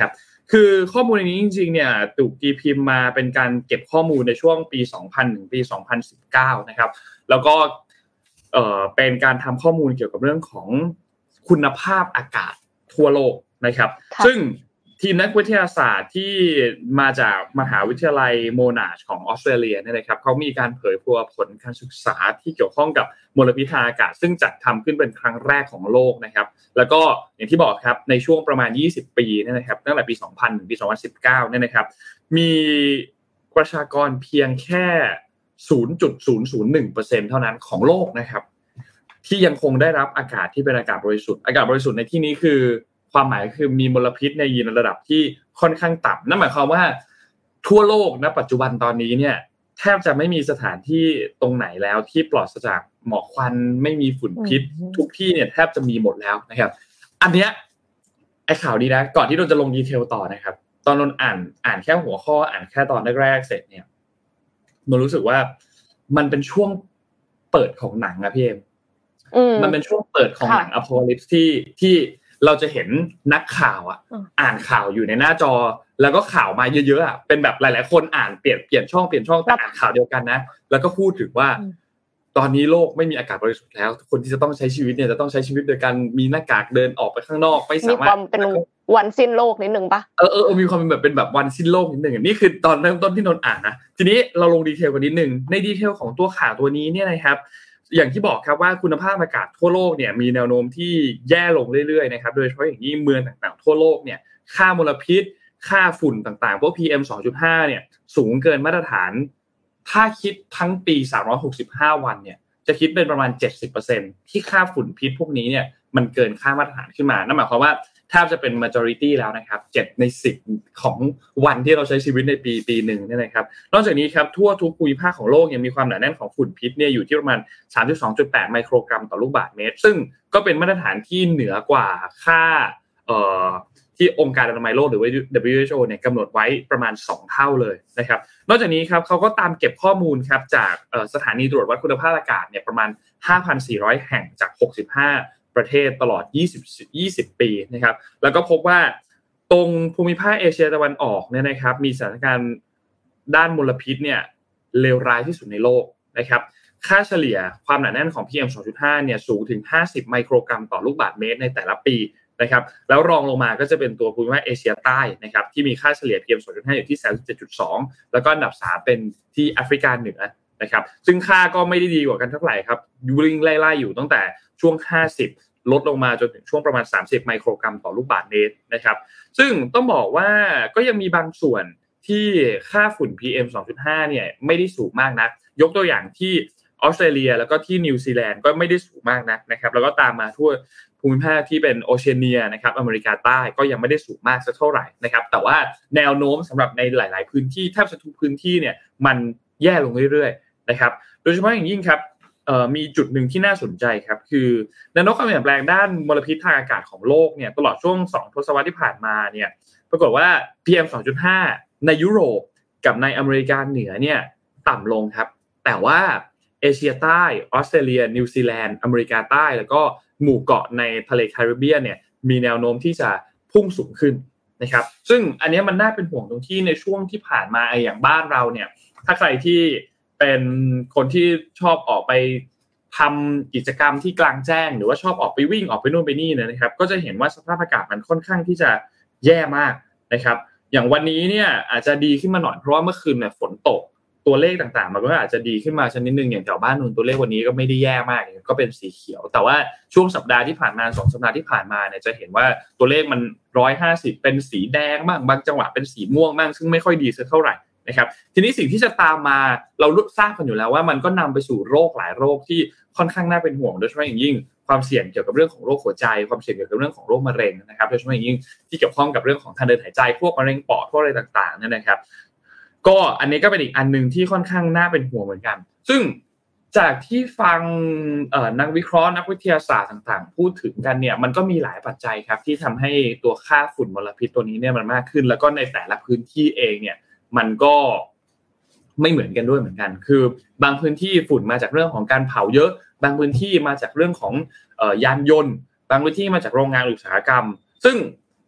คือข้อมูลในนี้จริงๆเนี่ยถูกตีพิมพ์มาเป็นการเก็บข้อมูลในช่วงปีสองพันถึงปีสองพันสิบเก้านะครับแล้วก็เอ่อเป็นการทำข้อมูลเกี่ยวกับเรื่องของคุณภาพอากาศทั่วโลกนะครับซึ่งทีมนักวิทยาศาสตร์ที่มาจากมหาวิทยาลัยโมนาชของออสเตรเลียเนี่ยนะครับเขามีการเผยแพร่ผลการศึกษาที่เกี่ยวข้องกับมลพิษทางอากาศซึ่งจัดทำขึ้นเป็นครั้งแรกของโลกนะครับแล้วก็อย่างที่บอกครับในช่วงประมาณยี่สิบปีเนี่ยนะครับตั้งแต่ปีสองพันถึงปีสองพันสิบเก้าเนี่ยนะครับมีประชากรเพียงแค่ ศูนย์จุดศูนย์ศูนย์หนึ่งเปอร์เซ็นต์ เท่านั้นของโลกนะครับที่ยังคงได้รับอากาศที่เป็นอากาศบริสุทธิ์อากาศบริสุทธิ์ในที่นี้คือความหมายคือมีมลพิษในระดับที่ค่อนข้างต่ำนั่นหมายความว่าทั่วโลกณปัจจุบันตอนนี้เนี่ยแทบจะไม่มีสถานที่ตรงไหนแล้วที่ปลอดจากหมอกควันไม่มีฝุ่นพิษทุกที่เนี่ยแทบจะมีหมดแล้วนะครับอันเนี้ยไอ้ข่าวดีนะก่อนที่เราจะลงดีเทลต่อนะครับตอนนนอ่านอ่านแค่หัวข้ออ่านแค่ตอนแรกๆเสร็จเนี่ยนนรู้สึกว่ามันเป็นช่วงเปิดของหนังอะพี่เอ็มมันเป็นช่วงเปิดของหนังอโพลิปส์ที่ที่เราจะเห็นนักข่าวอ่ะอ่านข่าวอยู่ในหน้าจอแล้วก็ข่าวมาเยอะๆอ่ะเป็นแบบหลายๆคนอ่านเปลี่ยนเปลี่ยนช่องเปลี่ยนช่องแต่อ่านข่าวเดียวกันนะแล้วก็พูดถึงว่าตอนนี้โลกไม่มีอากาศบริสุทธิ์แล้วคนที่จะต้องใช้ชีวิตเนี่ยจะต้องใช้ชีวิตโดยการมีหน้ากากเดินออกไปข้างนอกไม่สามารถมีความเป็นวันสิ้นโลกนิดนึงป่ะเออเออมีความเป็นแบบเป็นแบบวันสิ้นโลกนิดนึงนี่คือตอนเริ่มต้นที่นนอ่านนะทีนี้เราลงดีเทลกันนิดนึงในดีเทลของตัวข่าวตัวนี้เนี่ยนะครับอย่างที่บอกครับว่าคุณภาพอากาศทั่วโลกเนี่ยมีแนวโน้มที่แย่ลงเรื่อยๆนะครับโดยเฉพาะอย่างยิ่งเมืองต่างๆทั่วโลกเนี่ยค่ามลพิษค่าฝุ่นต่างๆพวก พี เอ็ม สองจุดห้า เนี่ยสูงเกินมาตรฐานถ้าคิดทั้งปีสามร้อยหกสิบห้าวันเนี่ยจะคิดเป็นประมาณ เจ็ดสิบเปอร์เซ็นต์ ที่ค่าฝุ่นพิษพวกนี้เนี่ยมันเกินค่ามาตรฐานขึ้นมานั่นหมายความว่าแทบจะเป็น majority แล้วนะครับเจ็ดในสิบของวันที่เราใช้ชีวิตในปีปีนึงเนี่ยนะครับนอกจากนี้ครับทั่วทุกภูมิภาคของโลกยังมีความหนาแน่นของฝุ่นพิษเนี่ยอยู่ที่ประมาณ สามสิบสองจุดแปด ไมโครกรัมต่อลูกบาศก์เมตรซึ่งก็เป็นมาตรฐานที่เหนือกว่าค่าเอ่อที่องค์การอนามัยโลกหรือว่า ดับเบิลยู เอช โอ เนี่ยกำหนดไว้ประมาณสองเท่าเลยนะครับนอกจากนี้ครับเขาก็ตามเก็บข้อมูลครับจากเอ่อสถานีตรวจวัดคุณภาพอากาศเนี่ยประมาณ ห้าพันสี่ร้อย แห่งจากหกสิบห้าประเทศตลอดยี่สิบ ยี่สิบปีนะครับแล้วก็พบว่าตรงภูมิภาคเอเชียตะวันออกเนี่ยนะครับมีสถานการณ์ด้านมลพิษเนี่ยเลวร้ายที่สุดในโลกนะครับค่าเฉลี่ยความหนาแน่นของ พี เอ็ม สองจุดห้า เนี่ยสูงถึงห้าสิบไมโครกรัมต่อลูกบาศก์เมตรในแต่ละปีนะครับแล้วรองลงมาก็จะเป็นตัวภูมิภาคเอเชียใต้นะครับที่มีค่าเฉลี่ย พี เอ็ม สองจุดห้า อยู่ที่ สามสิบเจ็ดจุดสอง แล้วก็อันดับสามเป็นที่แอฟริกาเหนือนะครับซึ่งค่าก็ไม่ได้ดีกว่ากันเท่าไหร่ครับวิ่งไล่ๆอยู่ตั้งแต่ช่วงห้าสิบลดลงมาจนถึงช่วงประมาณสามสิบไมโครกรัมต่อลูกบาศก์เมตรนะครับซึ่งต้องบอกว่าก็ยังมีบางส่วนที่ค่าฝุ่น พี เอ็ม สองจุดห้า เนี่ยไม่ได้สูงมากนักยกตัวอย่างที่ออสเตรเลียแล้วก็ที่นิวซีแลนด์ก็ไม่ได้สูงมากนักนะครับแล้วก็ตามมาทั่วภูมิภาคที่เป็นโอเชียเนียนะครับอเมริกาใต้ก็ยังไม่ได้สูงมากสักเท่าไหร่นะครับแต่ว่าแนวโน้มสำหรับในหลายๆพื้นที่แทบจะทุกพื้นที่เนี่ยมันแย่ลงเรื่อยๆนะครับโดยเฉพาะอย่างยิ่งครับเอ่อมีจุดหนึ่งที่น่าสนใจครับคือแนวโน้มการเปลี่ยนแปลงด้านมลพิษทางอากาศของโลกเนี่ยตลอดช่วงสองทศวรรษที่ผ่านมาเนี่ยปรากฏว่า พี เอ็ม สองจุดห้า ในยุโรปกับในอเมริกาเหนือเนี่ยต่ำลงครับแต่ว่าเอเชียใต้ออสเตรเลียนิวซีแลนด์อเมริกาใต้แล้วก็หมู่เกาะในทะเลแคริบเบียนเนี่ยมีแนวโน้มที่จะพุ่งสูงขึ้นนะครับซึ่งอันนี้มันน่าเป็นห่วงตรงที่ในช่วงที่ผ่านมาไอ้อย่างบ้านเราเนี่ยถ้าใครที่เป็นคนที่ชอบออกไปทำกิจกรรมที่กลางแจ้งหรือว่าชอบออกไปวิ่งออกไปนู่นไปนี่นะครับก็จะเห็นว่าสภาพอากาศมันค่อนข้างที่จะแย่มากนะครับอย่างวันนี้เนี่ยอาจจะดีขึ้นมาหน่อยเพราะว่าเมื่อคืนเนี่ยฝนตกตัวเลขต่างๆมันก็อาจจะดีขึ้นมาชนิดนึงอย่างแถวบ้านนู่นตัวเลขวันนี้ก็ไม่ได้แย่มากก็เป็นสีเขียวแต่ว่าช่วงสัปดาห์ที่ผ่านมาสองสัปดาห์ที่ผ่านมาเนี่ยจะเห็นว่าตัวเลขมันหนึ่งร้อยห้าสิบเป็นสีแดงบ้างบางจังหวะเป็นสีม่วงบ้างซึ่งไม่ค่อยดีสักเท่าไหร่นะครับทีนี้สิ่งที่จะตามมาเราทราบกันอยู่แล้วว่ามันก็นำไปสู่โรคหลายโรคที่ค่อนข้างน่าเป็นห่วงโดยเฉพาะอย่างยิ่งความเสี่ยงเกี่ยวกับเรื่องของโรคหัวใจความเสี่ยงเกี่ยวกับเรื่องของโรคมะเร็งนะครับโดยเฉพาะอย่างยิ่งที่เกี่ยวข้องกับเรื่องของทางเดินหายใจพวกมะเร็งปอดพวกอะไรต่างๆเนี่ยนะครับก็อันนี้ก็เป็นอีกอันนึงที่ค่อนข้างน่าเป็นห่วงเหมือนกันซึ่งจากที่ฟังเอ่อนักวิเคราะห์นักวิทยาศาสตร์ต่างๆพูดถึงกันเนี่ยมันก็มีหลายปัจจัยครับที่ทำให้ตัวค่าฝุ่นมลพิษตัวนี้เนี่ยมันมากขึ้นแล้วก็ในแต่ละพื้นที่เองเนี่ยมันก็ไม่เหมือนกันด้วยเหมือนกันคือบางพื้นที่ฝุ่นมาจากเรื่องของการเผาเยอะบางพื้นที่มาจากเรื่องของเอ่อยานยนต์บางพื้นที่มาจากโรงงานอุตสาหกรรมซึ่ง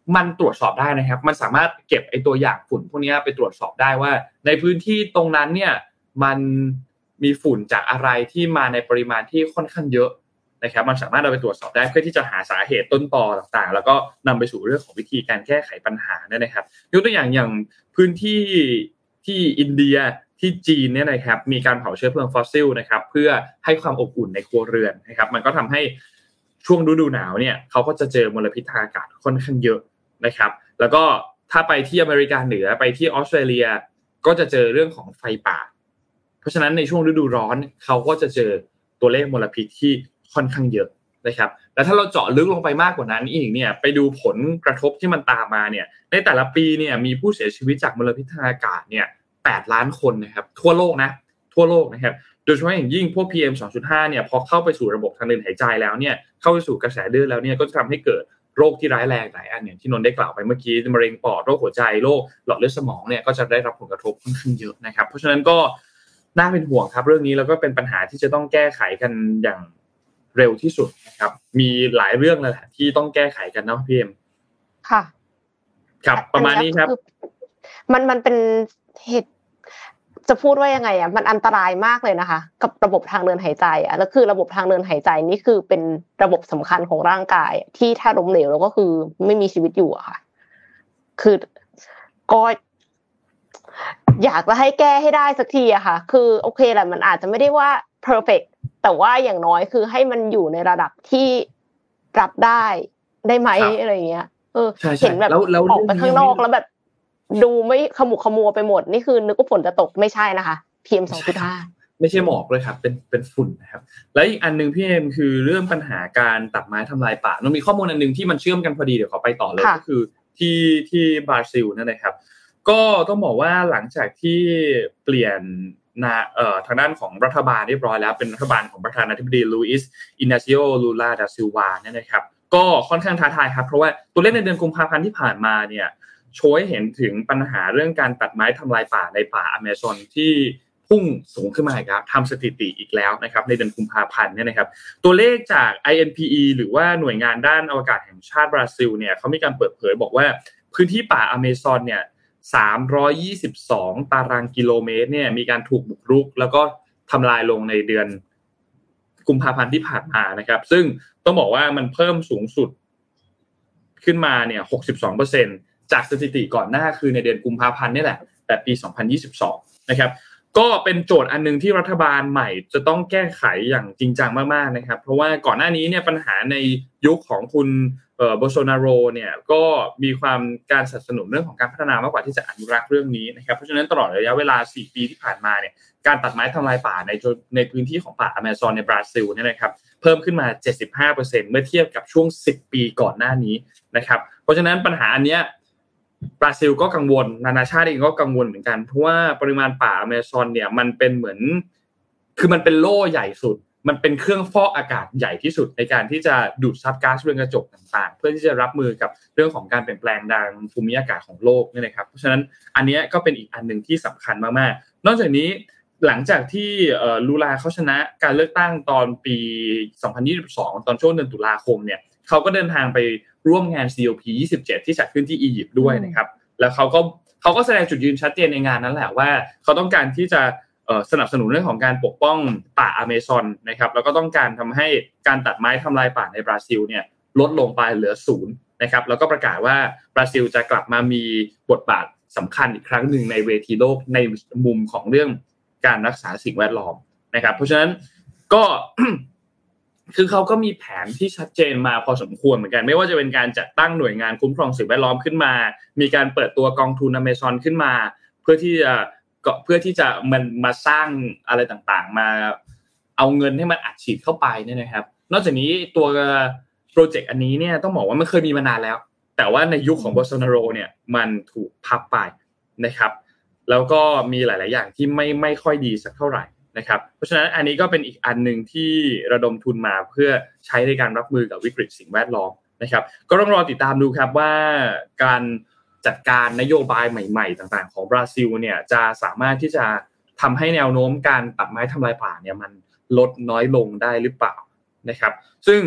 มันตรวจสอบได้นะครับมันสามารถเก็บไอ้ตัวอย่างฝุ่นพวกนี้ไปตรวจสอบได้ว่าในพื้นที่ตรงนั้นเนี่ยมันมีฝุ่นจากอะไรที่มาในปริมาณที่ค่อนข้างเยอะนะครับมันสามารถเอาไปตรวจสอบได้เพื่อที่จะหาสาเหตุต้นตอต่างๆแล้วก็นำไปสู่เรื่องของวิธีการแก้ไขปัญหาเนี่ยนะครับยกตัวอย่างอย่างพื้นที่ที่อินเดียที่จีนเนี่ยนะครับมีการเผาเชื้อเพลิงฟอสซิลนะครับเพื่อให้ความอบอุ่นในครัวเรือนนะครับมันก็ทำให้ช่วงฤดูหนาวเนี่ยเขาก็จะเจอมลพิษทางอากาศค่อนข้างเยอะนะครับแล้วก็ถ้าไปที่อเมริกาเหนือไปที่ออสเตรเลียก็จะเจอเรื่องของไฟป่าเพราะฉะนั้นในช่วงฤดูร้อนเขาก็จะเจอตัวเลขมลพิษที่ค่อนข้างเยอะนะครับแล้วถ้าเราเจาะลึกลงไปมากกว่านั้นอีกเนี่ยไปดูผลกระทบที่มันตามมาเนี่ยในแต่ละปีเนี่ยมีผู้เสียชีวิตจากมลพิษทางอากาศเนี่ยแปดล้านคนนะครับทั่วโลกนะทั่วโลกนะครับโดยเฉพาะอย่างยิ่งพวก พี เอ็ม สองจุดห้า เนี่ยพอเข้าไปสู่ระบบทางเดินหายใจแล้วเนี่ยเข้าไปสู่กระแสเลือดแล้วเนี่ยก็จะทำให้เกิดโรคที่ร้ายแรงหลายอันอย่างที่นนท์ได้กล่าวไปเมื่อกี้มะเร็งปอดโรคหัวใจโรคหลอดเลือดสมองเนี่ยก็จะได้รับผลกระทบค่อนข้างเยอะนะครับเพราะฉะนั้นก็น่าเป็นห่วงครับเรื่องนี้แล้วก็เป็นปัญหาที่จะต้องแก้ไขกันอย่างเร็วที่สุดนะครับมีหลายเรื่องเลยแหละที่ต้องแก้ไขกันเนาะพี่เอ็มค่ะครับประมาณนี้ครับมันมันเป็นเหตุจะพูดว่ายังไงอ่ะมันอันตรายมากเลยนะคะกับระบบทางเดินหายใจอ่ะแล้วคือระบบทางเดินหายใจนี่คือเป็นระบบสำคัญของร่างกายที่ถ้าล้มเหลวแล้วก็คือไม่มีชีวิตอยู่อะค่ะคือก็อยากจะให้แก้ให้ได้สักทีอะค่ะคือโอเคแหละมันอาจจะไม่ได้ว่า perfect แต่ว่าอย่างน้อยคือให้มันอยู่ในระดับที่รับได้ได้ไหมอะไรอย่างเงี้ยเออเห็นแบบออกไปข้างนอกแล้วแบบดูไม่ขมุกขมัวไปหมดนี่คือนึกว่าฝนจะตกไม่ใช่นะคะ พี เอ็ม สองจุดห้าไม่ใช่หมอกเลยครับเป็นเป็นฝุ่นนะครับแล้วอีกอันนึงพี่เอ็มคือเรื่องปัญหาการตัดไม้ทำลายป่ามันมีข้อมูลอันนึงที่มันเชื่อมกันพอดีเดี๋ยวขอไปต่อเลยก็คือที่ที่บราซิลนั่นนะครับก็ต้องบอกว่าหลังจากที่เปลี่ยนนะเอ่อทางด้านของรัฐบาลเรียบร้อยแล้วเป็นรัฐบาลของประธานาธิบดีลูอิสอินาซิโอลูลาดาซิลวาเนี่ยนะครับก็ค่อนข้างท้าทายครับเพราะว่าตัวเลขในเดือนกุมภาพันธ์ที่ผ่านมาเนี่ยโชว์ให้เห็นถึงปัญหาเรื่องการตัดไม้ทำลายป่าในป่าอเมซอนที่พุ่งสูงขึ้นมาครับทำสถิติอีกแล้วนะครับในเดือนกุมภาพันธ์เนี่ยนะครับตัวเลขจาก ไอ เอ็น พี อี หรือว่าหน่วยงานด้านอวกาศแห่งชาติบราซิลเนี่ยเขามีการเปิดเผยบอกว่าพื้นที่ป่าอเมซอนเนี่ยสามร้อยยี่สิบสองตารางกิโลเมตรเนี่ยมีการถูกบุกรุกแล้วก็ทำลายลงในเดือนกุมภาพันธ์ที่ผ่านมานะครับซึ่งต้องบอกว่ามันเพิ่มสูงสุดขึ้นมาเนี่ย หกสิบสองเปอร์เซ็นต์ จากสถิติก่อนหน้าคือในเดือนกุมภาพันธ์นี่แหละแต่ปีสองพันยี่สิบสองนะครับก็เป็นโจทย์อันนึงที่รัฐบาลใหม่จะต้องแก้ไขอย่างจริงจังมากๆนะครับเพราะว่าก่อนหน้านี้เนี่ยปัญหาในยุคของคุณเอ่อโบโซนาโรเนี่ยก็มีความการสนับสนุนเรื่องของการพัฒนามากกว่าที่จะอนุรักษ์เรื่องนี้นะครับเพราะฉะนั้นตลอดระยะเวลาสี่ปีที่ผ่านมาเนี่ยการตัดไม้ทำลายป่าในในพื้นที่ของป่าอเมซอนในบราซิลเนี่ยนะครับเพิ่มขึ้นมา เจ็ดสิบห้าเปอร์เซ็นต์ เมื่อเทียบกับช่วงสิบปีก่อนหน้านี้นะครับเพราะฉะนั้นปัญหาอันเนี้ยบราซิลก็กังวลนานาชาติเองก็กังวลเหมือนกันเพราะว่าปริมาณป่าอเมซอนเนี่ยมันเป็นเหมือนคือมันเป็นโล่ใหญ่สุดมันเป็นเครื่องฟอกอากาศใหญ่ที่สุดในการที่จะดูดซับก๊าซเรือนกระจกต่างๆเพื่อที่จะรับมือกับเรื่องของการเปลี่ยนแปลงทางภูมิอากาศของโลกนี่นะครับเพราะฉะนั้นอันนี้ก็เป็นอีกอันนึงที่สำคัญมากๆนอกจากนี้หลังจากที่เอ่อลูลาเขาชนะการเลือกตั้งตอนปีสองพันยี่สิบสองตอนช่วงเดือนตุลาคมเนี่ยเขาก็เดินทางไปร่วมงาน ซี โอ พี ยี่สิบเจ็ดที่จัดขึ้นที่อียิปต์ด้วยนะครับแล้วเขาก็เขาก็แสดงจุดยืนชัดเจนในงานนั้นแหละว่าเขาต้องการที่จะสนับสนุนเรื่องของการปกป้องป่าอเมซอนนะครับแล้วก็ต้องการทำให้การตัดไม้ทำลายป่าในบราซิลเนี่ยลดลงไปเหลือศูนย์นะครับแล้วก็ประกาศว่าบราซิลจะกลับมามีบทบาทสำคัญอีกครั้งหนึ่งในเวทีโลกในมุมของเรื่องการรักษาสิ่งแวดล้อมนะครับเพราะฉะนั้นก็ คือเขาก็มีแผนที่ชัดเจนมาพอสมควรเหมือนกันไม่ว่าจะเป็นการจัดตั้งหน่วยงานคุ้มครองสิ่งแวดล้อมขึ้นมามีการเปิดตัวกองทุนอเมซอนขึ้นมาเพื่อที่จะก็เพื่อที่จะมันมาสร้างอะไรต่างๆมาเอาเงินให้มันอัดฉีดเข้าไปเนี่ยนะครับนอกจากนี้ตัวโปรเจกต์อันนี้เนี่ยต้องบอกว่ามันเคยมีมานานแล้วแต่ว่าในยุคของโบโซนาโรเนี่ยมันถูกพับไปนะครับแล้วก็มีหลายๆอย่างที่ไม่ไม่ค่อยดีสักเท่าไหร่นะครับเพราะฉะนั้นอันนี้ก็เป็นอีกอันนึงที่ระดมทุนมาเพื่อใช้ในการรับมือกับวิกฤตสิ่งแวดล้อมนะครับก็ต้องรอติดตามดูครับว่าการจัดการนโยบายใหม่ๆต่างๆของบราซิลเนี่ยจะสามารถที่จะทำให้แนวโน้มการตัดไม้ทำลายป่าเนี่ยมันลดน้อยลงได้หรือเปล่านะครับซึ่ง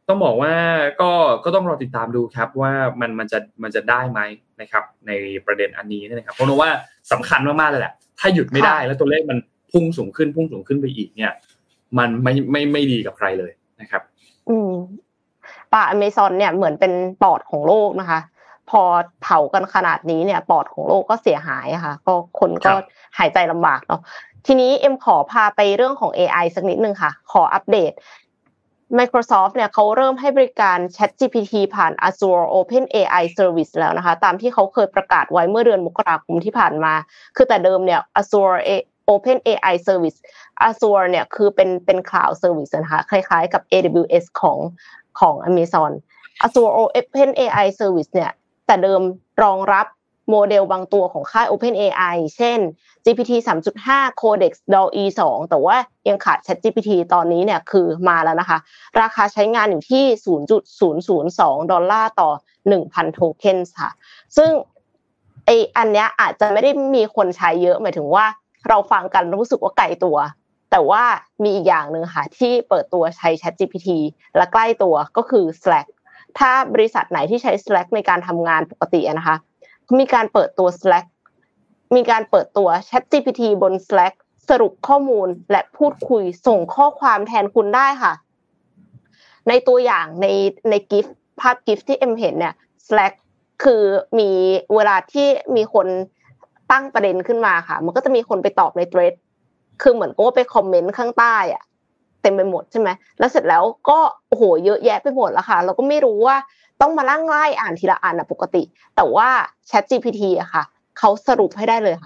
ต้องบอกว่าก็ก็ต้องรอติดตามดูครับว่ามันมันจะมันจะได้ไหมนะครับในประเด็นอันนี้นะครับเพราะว่าสำคัญมากๆเลยแหละถ้าหยุดไม่ได้แล้วตัวเลขมันพุ่งสูงขึ้นพุ่งสูงขึ้นไปอีกเนี่ยมันไม่ไม่ไม่ดีกับใครเลยนะครับอืมป่าอเมซอนเนี่ยเหมือนเป็นปอดของโลกนะคะพอเผากันขนาดนี้เนี่ยปอดของโลกก็เสียหายอะค่ะก็คนก็หายใจลำบากเนาะทีนี้เอ็มขอพาไปเรื่องของ เอ ไอ สักนิดนึงค่ะขออัปเดต Microsoft เนี่ยเขาเริ่มให้บริการ ChatGPT ผ่าน Azure OpenAI Service แล้วนะคะตามที่เขาเคยประกาศไว้เมื่อเดือนมกราคมที่ผ่านมาคือแต่เดิมเนี่ย Azure OpenAI Service Azure เนี่ยคือเป็นเป็น Cloud Service นะคะคล้ายๆกับ เอ ดับเบิลยู เอส ของของ Amazon Azure OpenAI Service เนี่ยแต่เดิมรองรับโมเดลบางตัวของค่าย OpenAI เช่น จี พี ที สามจุดห้า Codex ดอล อี สอง แต่ว่ายังขาด ChatGPT ตอนนี้เนี่ยคือมาแล้วนะคะราคาใช้งานอยู่ที่ ศูนย์จุดศูนย์ศูนย์สอง ดอลลาร์ต่อ หนึ่งพัน โทเค็นค่ะซึ่งไอ้อันเนี้ยอาจจะไม่ได้มีคนใช้เยอะหมายถึงว่าเราฟังกันรู้สึกว่าไกลตัวแต่ว่ามีอีกอย่างนึงค่ะที่เปิดตัวใช้ ChatGPT และใกล้ตัวก็คือ Slack ถ้าบริษัทไหนที่ใช้ Slack ในการทำงานปกตินะคะมีการเปิดตัว Slack มีการเปิดตัว ChatGPT บน Slack สรุปข้อมูลและพูดคุยส่งข้อความแทนคุณได้ค่ะในตัวอย่างในใน GIF ภาพ GIF ที่เอ็มเห็นเนี่ย Slack คือมีเวลาที่มีคนตั้งประเด็นขึ้นมาค่ะมันก็จะมีคนไปตอบใน thread คือเหมือนก็ไปคอมเมนต์ข้างใต้อ่ะเต็มไปหมดใช่ไหมแล้วเสร็จแล้วก็โอ้โหเยอะแยะไปหมดแล้วค่ะเราก็ไม่รู้ว่าต้องมานั่งไล่อ่านทีละอันน่ะปกติแต่ว่า ChatGPT อ่ะค่ะเขาสรุปให้ได้เลยค่ะ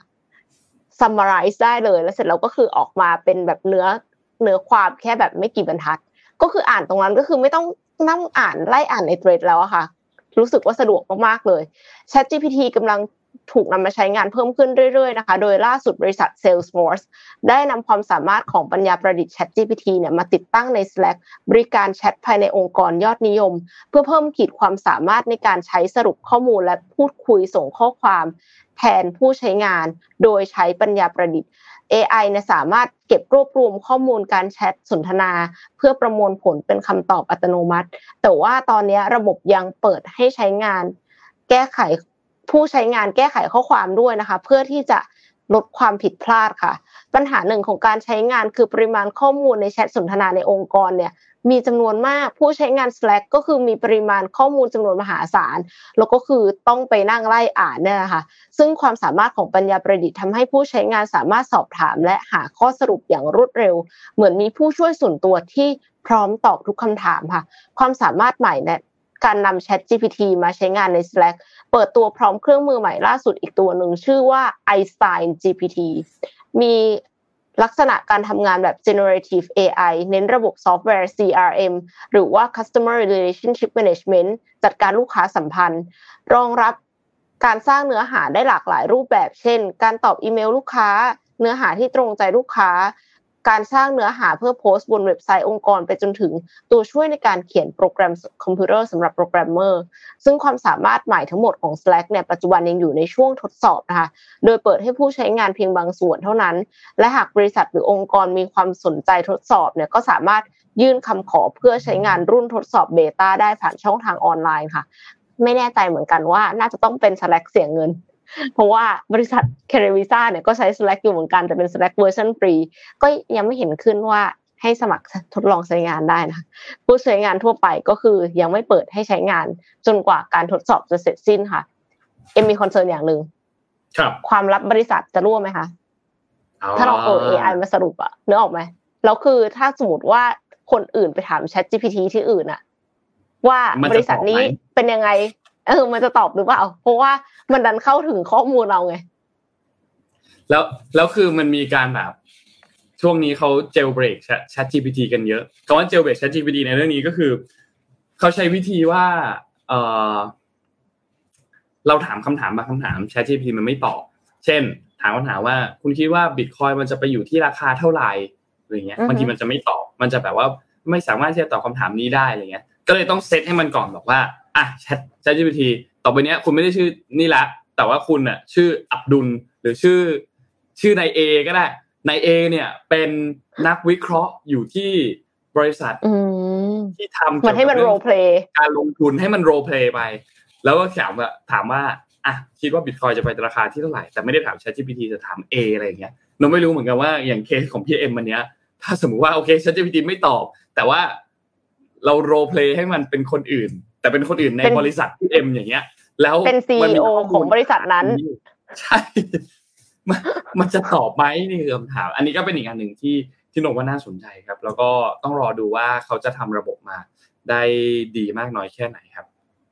summarize ได้เลยแล้วเสร็จแล้วก็คือออกมาเป็นแบบเนื้อเนื้อความแค่แบบไม่กี่บรรทัดก็คืออ่านตรงนั้นก็คือไม่ต้องนั่งอ่านไล่อ่านใน thread แล้วอะค่ะรู้สึกว่าสะดวกมากๆเลย ChatGPT กำลังถูกนำมาใช้งานเพิ่มขึ้นเรื่อยๆนะคะโดยล่าสุดบริษัท Salesforce ได้นำความสามารถของปัญญาประดิษฐ์ ChatGPT เนี่ยมาติดตั้งใน Slack บริการแชทภายในองค์กรยอดนิยมเพื่อเพิ่มขีดความสามารถในการใช้สรุปข้อมูลและพูดคุยส่งข้อความแทนผู้ใช้งานโดยใช้ปัญญาประดิษฐ์ เอ ไอ เนี่ยสามารถเก็บรวบรวมข้อมูลการแชทสนทนาเพื่อประมวลผลเป็นคำตอบอัตโนมัติแต่ว่าตอนนี้ระบบยังเปิดให้ใช้งานแก้ไขผู้ใช้งานแก้ไขข้อความด้วยนะคะเพื่อที่จะลดความผิดพลาดค่ะปัญหาหนึ่งของการใช้งานคือปริมาณข้อมูลในแชทสนทนาในองค์กรเนี่ยมีจำนวนมากผู้ใช้งาน Slack ก็คือมีปริมาณข้อมูลจำนวนมหาศาลแล้วก็คือต้องไปนั่งไล่อ่านเนี่ยนะคะซึ่งความสามารถของปัญญาประดิษฐ์ทำให้ผู้ใช้งานสามารถสอบถามและหาข้อสรุปอย่างรวดเร็วเหมือนมีผู้ช่วยส่วนตัวที่พร้อมตอบทุกคำถามค่ะความสามารถใหม่เนี่ยการนำ ChatGPT มาใช้งานใน Slack เปิดตัวพร้อมเครื่องมือใหม่ล่าสุดอีกตัวหนึ่งชื่อว่า Einstein จี พี ที มีลักษณะการทำงานแบบ generative เอ ไอ เน้นระบบซอฟต์แวร์ ซี อาร์ เอ็ม หรือว่า customer relationship management จัดการลูกค้าสัมพันธ์รองรับการสร้างเนื้อหาได้หลากหลายรูปแบบเช่นการตอบอีเมลลูกค้าเนื้อหาที่ตรงใจลูกค้าการสร้างเนื้อหาเพื่อโพสต์บนเว็บไซต์องค์กรไปจนถึงตัวช่วยในการเขียนโปรแกรมคอมพิวเตอร์สำหรับโปรแกรมเมอร์ซึ่งความสามารถใหม่ทั้งหมดของ Slack เนี่ยปัจจุบันยังอยู่ในช่วงทดสอบนะคะโดยเปิดให้ผู้ใช้งานเพียงบางส่วนเท่านั้นและหากบริษัทหรือองค์กรมีความสนใจทดสอบเนี่ยก็สามารถยื่นคำขอเพื่อใช้งานรุ่นทดสอบเบต้าได้ผ่านช่องทางออนไลน์ค่ะไม่แน่ใจเหมือนกันว่าน่าจะต้องเป็น Slack เสียเงินเพราะว่าบริษัท Kerevisa เนี่ยก็ใช้ Slack อยู่เหมือนกันแต่เป็น Slack เวอร์ชันฟรีก็ยังไม่เห็นขึ้นว่าให้สมัครทดลองใช้งานได้นะผู้ใช้งานทั่วไปก็คือยังไม่เปิดให้ใช้งานจนกว่าการทดสอบจะเสร็จสิ้นค่ะเอ็มมีคอนเซิร์นอย่างนึงครับความลับบริษัทจะรั่วไหมคะถ้าเราเอา เอ ไอ มาสรุปอะนึกออกไหมแล้วคือถ้าสมมติว่าคนอื่นไปถาม ChatGPT ที่อื่นอะว่าบริษัทนี้เป็นยังไงเออมันจะตอบหรือเปล่าเพราะว่ามันดันเข้าถึงข้อมูลเราไงแล้วแล้วคือมันมีการแบบช่วงนี้เขา jailbreak ChatGPT กันเยอะคำว่า jailbreak ChatGPT ในเรื่องนี้ก็คือเขาใช้วิธีว่าเออเราถามคำถามบางคำถาม ChatGPT มันไม่ตอบเช่นถามคำถามว่าคุณคิดว่า Bitcoin มันจะไปอยู่ที่ราคาเท่าไหร่อะไรเงี้ยบางทีมันจะไม่ตอบมันจะแบบว่าไม่สามารถที่จะตอบคำถามนี้ได้อะไรเงี้ยก็เลยต้องเซตให้มันก่อนบอกว่าอ่ะ ChatGPT ต่อไปเนี้ยคุณไม่ได้ชื่อนี่ละแต่ว่าคุณน่ะชื่ออับดุลหรือชื่อชื่อนาย A ก็ได้นาย A เนี่ยเป็นนักวิเคราะห์อยู่ที่บริษัทที่ทำเหมือนให้มันโรลเพลย์การลงทุนให้มันโรลเพลย์ไปแล้วก็ถามว่าถามว่าอ่ะคิดว่า Bitcoin จะไปราคาที่เท่าไหร่แต่ไม่ได้ถาม ChatGPT จะถาม A อะไรอย่างเงี้ยเราไม่รู้เหมือนกันว่าอย่างเคสของพี่เอ็มวันเนี้ยถ้าสมมุติว่าโอเค ChatGPT ไม่ตอบแต่ว่าเราโรลเพลย์ให้มันเป็นคนอื่นแต่เป็นคนอื่นในบริษัทพี่เอ็มอย่างเงี้ยแล้วเป็น ซี อี โอ ของบริษัทนั้นใช่มันจะตอบไหมนี่คือคำถามอันนี้ก็เป็นอีกอันหนึ่งที่ที่นกว่าน่าสนใจครับแล้วก็ต้องรอดูว่าเขาจะทำระบบมาได้ดีมากน้อยแค่ไหนครับ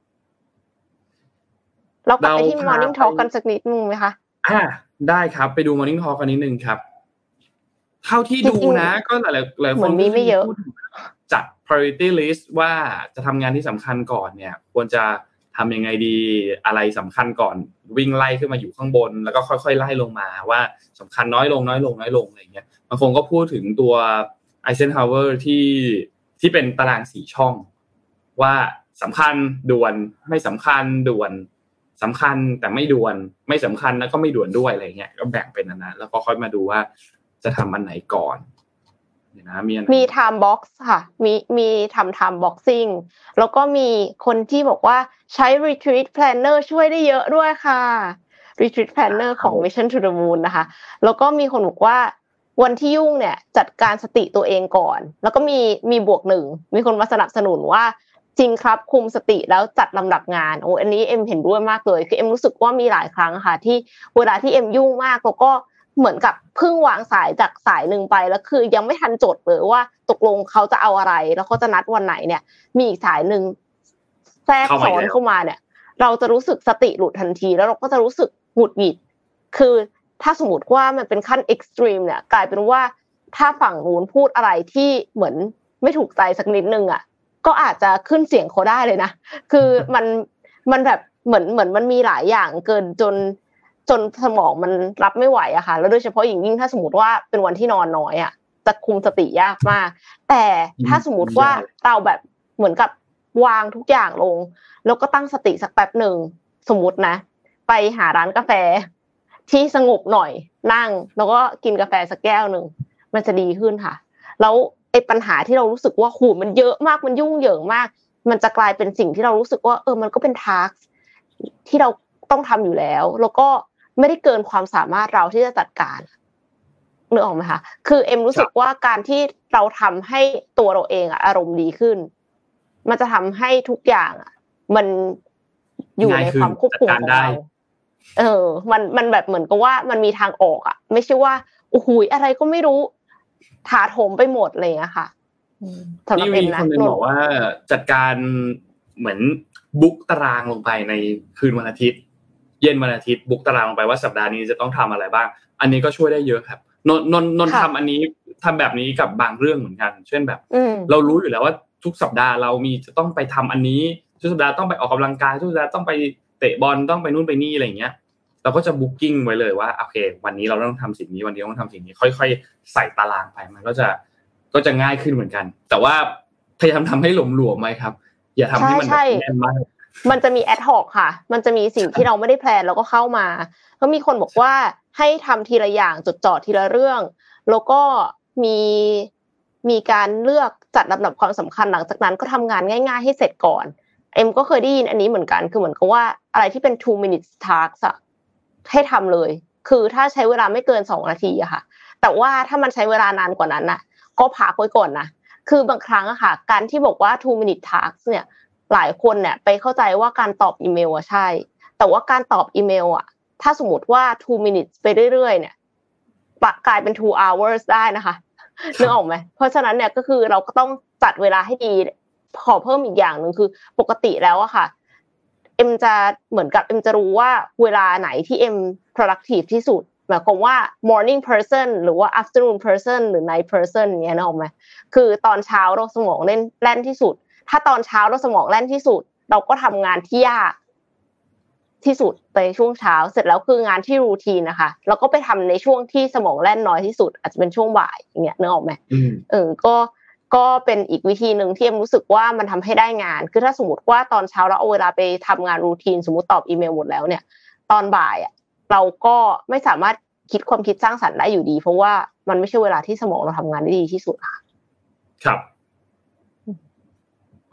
เรากลับไปที่ Morning Talk กันสักนิดนึงไหมคะอ่าได้ครับไปดู Morning Talk กันนิดนึงครับเท่าที่ดูนะก็หลายหลายคนมีไม่เยอะจัด priority list ว่าจะทำงานที่สำคัญก่อนเนี่ยควรจะทำยังไงดีอะไรสำคัญก่อนวิ่งไล่ขึ้นมาอยู่ข้างบนแล้วก็ค่อยๆไล่ลงมาว่าสำคัญน้อยลงน้อยลงน้อยลงอะไรอย่างเงี้ยบางคนก็พูดถึงตัว Eisenhower ที่ที่เป็นตารางสี่ช่องว่าสำคัญด่วนไม่สำคัญด่วนสำคัญแต่ไม่ด่วนไม่สำคัญแล้วก็ไม่ด่วนด้วยอะไรเงี้ยก็แบ่งเป็นอันนั้นแล้วก็ค่อยมาดูว่าจะทำอันไหนก่อนนะมีมี time box ค่ะมีมีทำ time boxing แล้วก็มีคนที่บอกว่าใช้ retreat planner ช่วยได้เยอะด้วยค่ะ retreat planner ของ Mission to the Moon นะคะแล้วก็มีคนบอกว่าวันที่ยุ่งเนี่ยจัดการสติตัวเองก่อนแล้วก็มีมีบวกหนึ่งมีคนมาสนับสนุนว่าจริงครับคุมสติแล้วจัดลำดับงานโอ้อันนี้เอ็มเห็นด้วยมากเลยคือเอ็มรู้สึกว่ามีหลายครั้งค่ะที่เวลาที่เอ็มยุ่งมากแล้วก็เหมือนกับเพิ่งวางสายจากสายนึงไปแล้วคือยังไม่ทันจดเลยว่าตกลงเขาจะเอาอะไรแล้วเขาจะนัดวันไหนเนี่ยมีอีกสายนึงแทรกซ้อนเข้ามาเนี่ยเราจะรู้สึกสติหลุดทันทีแล้วเราก็จะรู้สึกหงุดหงิดคือถ้าสมมติว่ามันเป็นขั้นเอ็กซ์ตรีมเนี่ยกลายเป็นว่าถ้าฝั่งนู้นพูดอะไรที่เหมือนไม่ถูกใจสักนิดนึงอ่ะก็อาจจะขึ้นเสียงเขาได้เลยนะคือมันมันแบบเหมือนเหมือนมันมีหลายอย่างเกินจนจนสมองมันรับไม่ไหวอะค่ะแล้วโดยเฉพาะอย่างยิ่งถ้าสมมติว่าเป็นวันที่นอนน้อยอะจะคุมสติยากมากแต่ถ้าสมมติว่าเราแบบเหมือนกับวางทุกอย่างลงแล้วก็ตั้งสติสักแป๊บนึงสมมตินะไปหาร้านกาแฟที่สงบหน่อยนั่งแล้วก็กินกาแฟสักแก้วนึงมันจะดีขึ้นค่ะแล้วไอ้ปัญหาที่เรารู้สึกว่าโหมันเยอะมากมันยุ่งเหยิงมากมันจะกลายเป็นสิ่งที่เรารู้สึกว่าเออมันก็เป็นทาสค์ที่เราต้องทำอยู่แล้วแล้วก็ไม่ได้เกินความสามารถเราที่จะจัดการนึกออกไหมคะคือเอ็มรู้สึกว่าการที่เราทำให้ตัวเราเองอะอารมณ์ดีขึ้นมันจะทำให้ทุกอย่างอะมันอยู่ในความควบคุมของเราเออมันมันแบบเหมือนกับว่ามันมีทางออกอะไม่ใช่ว่าโอ้โหอะไรก็ไม่รู้ถาโถมไปหมดเลยอะค่ะสำหรับเอ็มนะนี่มีคนนึงบอกว่าจัดการเหมือนบุ๊กตารางลงไปในคืนวันอาทิตย์เย็นวันอาทิตย์บุ๊กตารางลงไปว่าสัปดาห์นี้จะต้องทำอะไรบ้างอันนี้ก็ช่วยได้เยอะครับนนนนนทำอันนี้ทำแบบนี้กับบางเรื่องเหมือนกันเช่นแบบเรารู้อยู่แล้วว่าทุกสัปดาห์เรามีจะต้องไปทำอันนี้ทุกสัปดาห์ต้องไปออกกำลังกายทุกสัปดาห์ต้องไปเตะบอลต้องไปนู่นไปนี่อะไรอย่างเงี้ยเราก็จะบุ๊กกิ้งไว้เลยว่าโอเควันนี้เราต้องทำสิ่งนี้วันนี้ต้องทำสิ่งนี้ค่อยๆใส่ตารางไปมันก็จะก็จะง่ายขึ้นเหมือนกันแต่ว่าพยายามทำให้หลวมๆไว้ครับอย่าทำให้มันแบบแน่นมากมันจะมีแอดฮอกค่ะมันจะมีสิ่งที่เราไม่ได้แพลนแล้วก็เข้ามาก็มีคนบอกว่าให้ทำทีละอย่างจดจ่อทีละเรื่องแล้วก็มีมีการเลือกจัดลำดับความสำคัญหลังจากนั้นก็ทำงานง่ายๆให้เสร็จก่อนเอ็มก็เคยได้ยินอันนี้เหมือนกันคือเหมือนกับว่าอะไรที่เป็น two minutes task อะให้ทำเลยคือถ้าใช้เวลาไม่เกินสองนาทีอะค่ะแต่ว่าถ้ามันใช้เวลานานกว่านั้นน่ะก็พักไว้ก่อนนะคือบางครั้งอะค่ะการที่บอกว่า two minute task เนี่ยหลายคนเนี่ยไปเข้าใจว่าการตอบอีเมลอะใช่แต่ว่าการตอบอีเมลอะถ้าสมมติว่า two minutes ไปเรื่อยๆเนี่ยกลายเป็น two hours ได้นะคะนึกออกไหมเพราะฉะนั้นเนี่ยก็คือเราก็ต้องจัดเวลาให้ดีขอเพิ่มอีกอย่างนึงคือปกติแล้วอะค่ะเอ็มจะเหมือนกับเอ็มจะรู้ว่าเวลาไหนที่เอ็ม productive ที่สุดหมายความว่า morning person หรือว่า afternoon person หรือ night person เงี้ยนึกออกไหมคือตอนเช้าเราสมองเล่นแล่นที่สุดถ้าตอนเช้าเราสมองแล่นที่สุดเราก็ทำงานที่ยากที่สุดในช่วงเช้าเสร็จแล้วคืองานที่รูทีนนะคะเราก็ไปทำในช่วงที่สมองแล่นน้อยที่สุดอาจจะเป็นช่วงบ่ายอย่างเงี้ยนึกออกไหมเออก็ก็เป็นอีกวิธีนึงที่เอ็มรู้สึกว่ามันทำให้ได้งานคือถ้าสมมติว่าตอนเช้าเราเอาเวลาไปทำงานรูทีนสมมติตอบอีเมลหมดแล้วเนี่ยตอนบ่ายอ่ะเราก็ไม่สามารถคิดความคิดสร้างสรรค์ได้อยู่ดีเพราะว่ามันไม่ใช่เวลาที่สมองเราทำงานได้ดีที่สุดค่ะครับ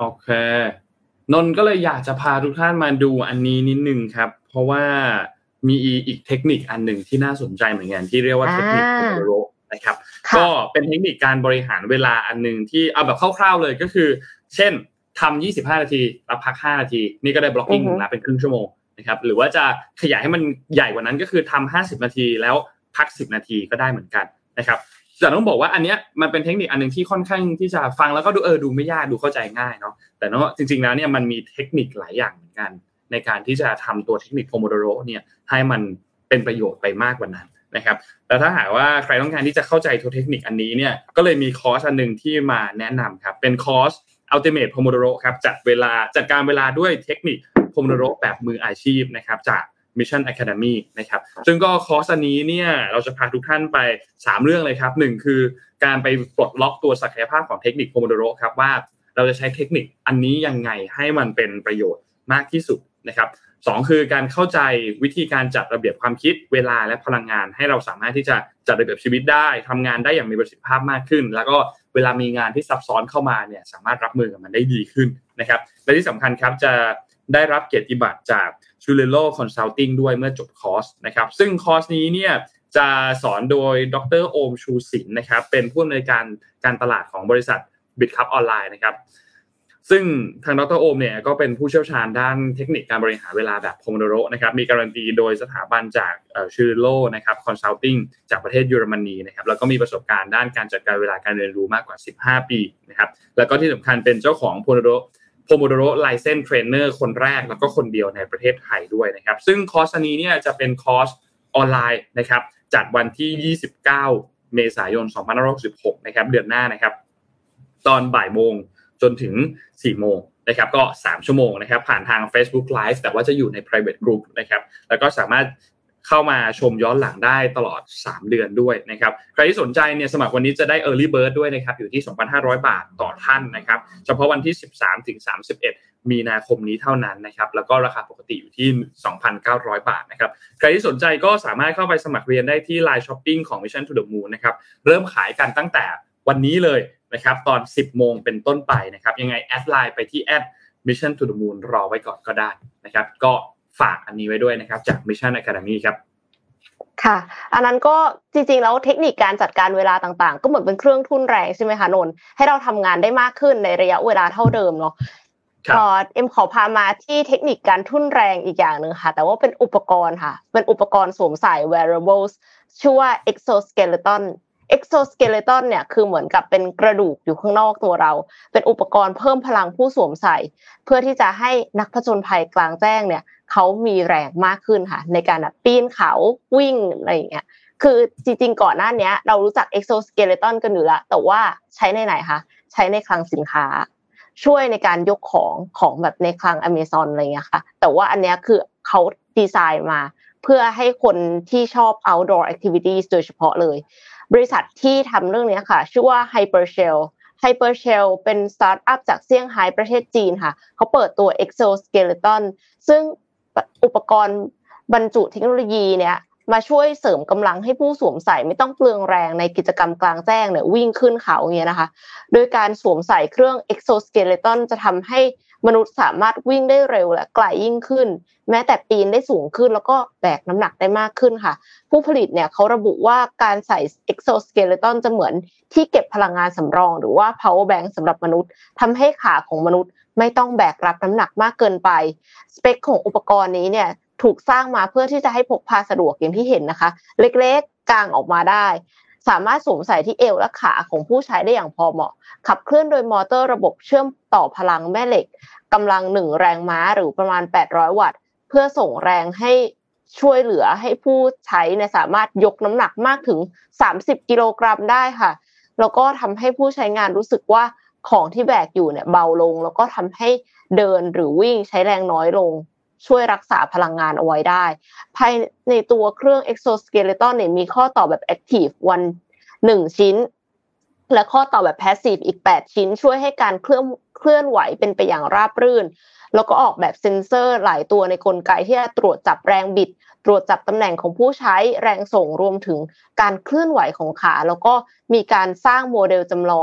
โอเคนนท์ก็เลยอยากจะพาทุกท่านมาดูอันนี้นิดนึงครับเพราะว่ามีอีกเทคนิคอันหนึ่งที่น่าสนใจเหมือนกันที่เรียกว่าเทคนิคโพโมโดโรนะครับก็เป็นเทคนิคการบริหารเวลาอันนึงที่เอาแบบคร่าวๆเลยก็คือเช่นทำยี่สิบห้านาทีแล้วพักห้านาทีนี่ก็ได้บล็อกกิ้งแล้วเป็นครึ่งชั่วโมงนะครับหรือว่าจะขยายให้มันใหญ่กว่านั้นก็คือทำห้าสิบนาทีแล้วพักสิบนาทีก็ได้เหมือนกันนะครับแต่ต้องบอกว่าอันเนี้ยมันเป็นเทคนิคอันนึงที่ค่อนข้างที่จะฟังแล้วก็ดูเออดูไม่ยากดูเข้าใจง่ายเนาะแต่เนาะจริงๆแล้วเนี่ยมันมีเทคนิคหลายอย่างเหมือนกันในการที่จะทำตัวเทคนิคโพโมโดโรเนี่ยให้มันเป็นประโยชน์ไปมากกว่านั้นนะครับแล้วถ้าหากว่าใครต้องการที่จะเข้าใจตัวเทคนิคอันนี้เนี่ยก็เลยมีคอร์สอันนึงที่มาแนะนำครับเป็นคอร์ส Ultimate Pomodoro ครับจัดเวลาจัดการเวลาด้วยเทคนิค Pomodoro แบบมืออาชีพนะครับจาก Mission Academy นะครับซึ่งก็คอร์สอันนี้เนี่ยเราจะพาทุกท่านไปสามเรื่องเลยครับหนึ่งคือการไปปลดล็อกตัวศักยภาพของเทคนิค Pomodoro ครับว่าเราจะใช้เทคนิคอันนี้ยังไงให้มันเป็นประโยชน์มากที่สุดนะครับสองคือการเข้าใจวิธีการจัดระเบียบความคิดเวลาและพลังงานให้เราสามารถที่จะจัดระเบียบชีวิตได้ทำงานได้อย่างมีประสิทธิภาพมากขึ้นแล้วก็เวลามีงานที่ซับซ้อนเข้ามาเนี่ยสามารถรับมือกับมันได้ดีขึ้นนะครับและที่สำคัญครับจะได้รับเกียรติบัตรจาก Chulelo Consulting ด้วยเมื่อจบคอร์สนะครับซึ่งคอร์สนี้เนี่ยจะสอนโดยดร.โอมชูศิลป์นะครับเป็นผู้อำนวยการการตลาดของบริษัท Bitcup ออนไลน์นะครับซึ่งทางดร.โอมเนี่ยก็เป็นผู้เชี่ยวชาญด้านเทคนิคการบริหารเวลาแบบ Pomodoro นะครับมีการันตีโดยสถาบันจากเอ่อ Chulelo นะครับ Consulting จากประเทศเยอรมนีนะครับแล้วก็มีประสบการณ์ด้านการจัดการเวลาการเรียนรู้มากกว่าสิบห้าปีนะครับแล้วก็ที่สำคัญเป็นเจ้าของ Pomodoro Pomodoro License Trainer คนแรกแล้วก็คนเดียวในประเทศไทยด้วยนะครับซึ่งคอร์สนี้เนี่ยจะเป็นคอร์สออนไลน์นะครับจัดวันที่ยี่สิบเก้าเมษายนสองพันห้าร้อยหกสิบหกนะครับเดือนหน้านะครับตอนบ่ายโมงจนถึงสี่โมงนะครับก็สามชั่วโมงนะครับผ่านทาง Facebook Live แต่ว่าจะอยู่ใน private group นะครับแล้วก็สามารถเข้ามาชมย้อนหลังได้ตลอดสามเดือนด้วยนะครับใครที่สนใจเนี่ยสมัครวันนี้จะได้ early bird ด้วยนะครับอยู่ที่ สองพันห้าร้อย บาทต่อท่านนะครับเฉพาะวันที่สิบสามถึงสามสิบเอ็ดมีนาคมนี้เท่านั้นนะครับแล้วก็ราคาปกติอยู่ที่ สองพันเก้าร้อย บาทนะครับใครที่สนใจก็สามารถเข้าไปสมัครเรียนได้ที่ ไลน์ Shopping ของ Mission to the Moon นะครับเริ่มขายกันตั้งแต่วันนี้เลยนะครับตอน สิบโมงเป็นต้นไปนะครับยังไงแอดไลน์ไปที่ แอท Mission to the Moon รอไว้ก่อนก็ได้นะครับก็ฝากอันนี้ไว้ด้วยนะครับจาก Mission Academy ครับค่ะอันนั้นก็จริงๆแล้วเทคนิคการจัดการเวลาต่างๆก็เหมือนเป็นเครื่องทุ่นแรงใช่ไหมคะนนท์ให้เราทำงานได้มากขึ้นในระยะเวลาเท่าเดิมเนาะเอ่อเอ็มขอพามาที่เทคนิคการทุ่นแรงอีกอย่างนึงค่ะแต่ว่าเป็นอุปกรณ์ค่ะเป็นอุปกรณ์สวมใส่ wearables ชื่อว่า exoskeleton exoskeleton เนี่ยคือเหมือนกับเป็นกระดูกอยู่ข้างนอกตัวเราเป็นอุปกรณ์เพิ่มพลังผู้สวมใส่เพื่อที่จะให้นักผจญภัยกลางแจ้งเนี่ยเขามีแรงมากขึ้นค่ะในการปีนเขาวิ่งอะไรอย่างเงี้ยคือจริงๆก่อนหน้านี้เรารู้จัก exoskeleton กันอยู่แล้วแต่ว่าใช้ในไหนคะใช้ในคลังสินค้าช่วยในการยกของของแบบในคลัง Amazon อะไรเงี้ยค่ะแต่ว่าอันเนี้ยคือเขาดีไซน์มาเพื่อให้คนที่ชอบ outdoor activities โดยเฉพาะเลยบริษัทที่ทำเรื่องนี้ค่ะชื่อว่า Hypershell Hypershell เป็นสตาร์ทอัพจากเซี่ยงไฮ้ประเทศจีนค่ะเขาเปิดตัว exoskeleton ซึ่งอุปกรณ์บรรจุเทคโนโลยีเนี่ยมาช่วยเสริมกำลังให้ผู้สวมใส่ไม่ต้องเปลืองแรงในกิจกรรมกลางแจ้งเนี่ยวิ่งขึ้นเขาอย่างเงี้ยนะคะโดยการสวมใส่เครื่อง exoskeleton จะทำให้มนุษย์สามารถวิ่งได้เร็วและไกลยิ่งขึ้นแม้แต่ปีนได้สูงขึ้นแล้วก็แบกน้ำหนักได้มากขึ้นค่ะผู้ผลิตเนี่ยเขาระบุว่าการใส่ exoskeleton จะเหมือนที่เก็บพลังงานสำรองหรือว่า power bank สำหรับมนุษย์ทำให้ขาของมนุษย์ไม่ต้องแบกรับน้ำหนักมากเกินไปสเปคของอุปกรณ์นี้เนี่ยถูกสร้างมาเพื่อที่จะให้พกพาสะดวกอย่างที่เห็นนะคะเล็กๆกางออกมาได้สามารถสวมใส่ที่เอวและขาของผู้ใช้ได้อย่างพอเหมาะขับเคลื่อนโดยมอเตอร์ระบบเชื่อมต่อพลังแม่เหล็กกำลังหนึ่งแรงม้าหรือประมาณแปดร้อยวัตต์เพื่อส่งแรงให้ช่วยเหลือให้ผู้ใช้เนี่ยสามารถยกน้ำหนักมากถึงสามสิบกิโลกรัมได้ค่ะแล้วก็ทำให้ผู้ใช้งานรู้สึกว่าของที่แบกอยู่เนี่ยเบาลงแล้วก็ทำให้เดินหรือวิ่งใช้แรงน้อยลงช่วยรักษาพลังงานเอาไว้ได้ภายในตัวเครื่อง exoskeleton เนี่ยมีข้อต่อแบบ active วันหนึ่งชิ้นและข้อต่อแบบ passive อีกแปดชิ้นช่วยให้การเคลื่อนเคลื่อนไหวเป็นไปอย่างราบรื่นแล้วก็ออกแบบเซ็นเซอร์หลายตัวในกลไกที่จะตรวจจับแรงบิดตรวจจับตำแหน่งของผู้ใช้แรงส่งรวมถึงการเคลื่อนไหวของขาแล้วก็มีการสร้างโมเดลจำลอง